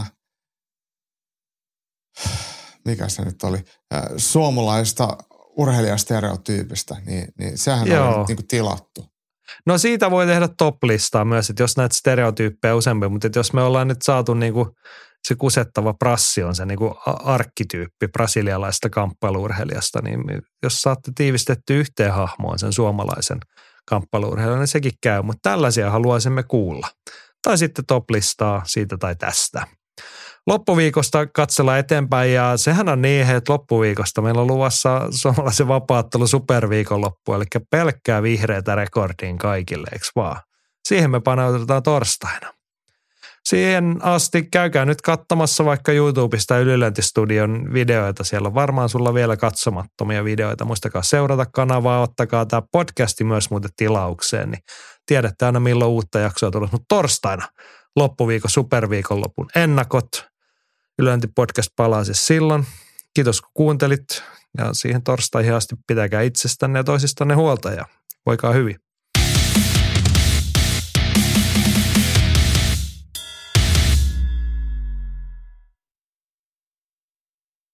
mikä se nyt oli, suomalaisesta urheilijastereotyypistä, niin sehän on nyt niin kuin tilattu. No siitä voi tehdä top-listaa myös, että jos näitä stereotyyppejä useampi, mutta jos me ollaan nyt saatu niin kuin se kusettava prassi on se niin kuin arkkityyppi brasilialaista kamppailu-urheilijasta, niin jos saatte tiivistetty yhteen hahmoon sen suomalaisen kamppailu-urheilijan, niin sekin käy, mutta tällaisia haluaisimme kuulla. Tai sitten top-listaa siitä tai tästä. Loppuviikosta katsellaan eteenpäin ja sehän on niin, että loppuviikosta meillä on luvassa suomalaisen vapaattelu superviikonloppu, eli pelkkää vihreätä rekordiin kaikille, eikö vaan? Siihen me paneudutaan torstaina. Siihen asti käykää nyt katsomassa vaikka YouTubesta Ylilöintistudion videoita. Siellä on varmaan sulla vielä katsomattomia videoita. Muistakaa seurata kanavaa, ottakaa tämä podcasti myös muuten tilaukseen, niin tiedätte aina milloin uutta jaksoa tullut. Mutta torstaina loppuviikon superviikonlopun ennakot. Ylilöintipodcast palaa siis silloin. Kiitos kun kuuntelit ja siihen torstaihin asti pitäkää itsestänne ja toisistanne huolta ja voikaa hyvin.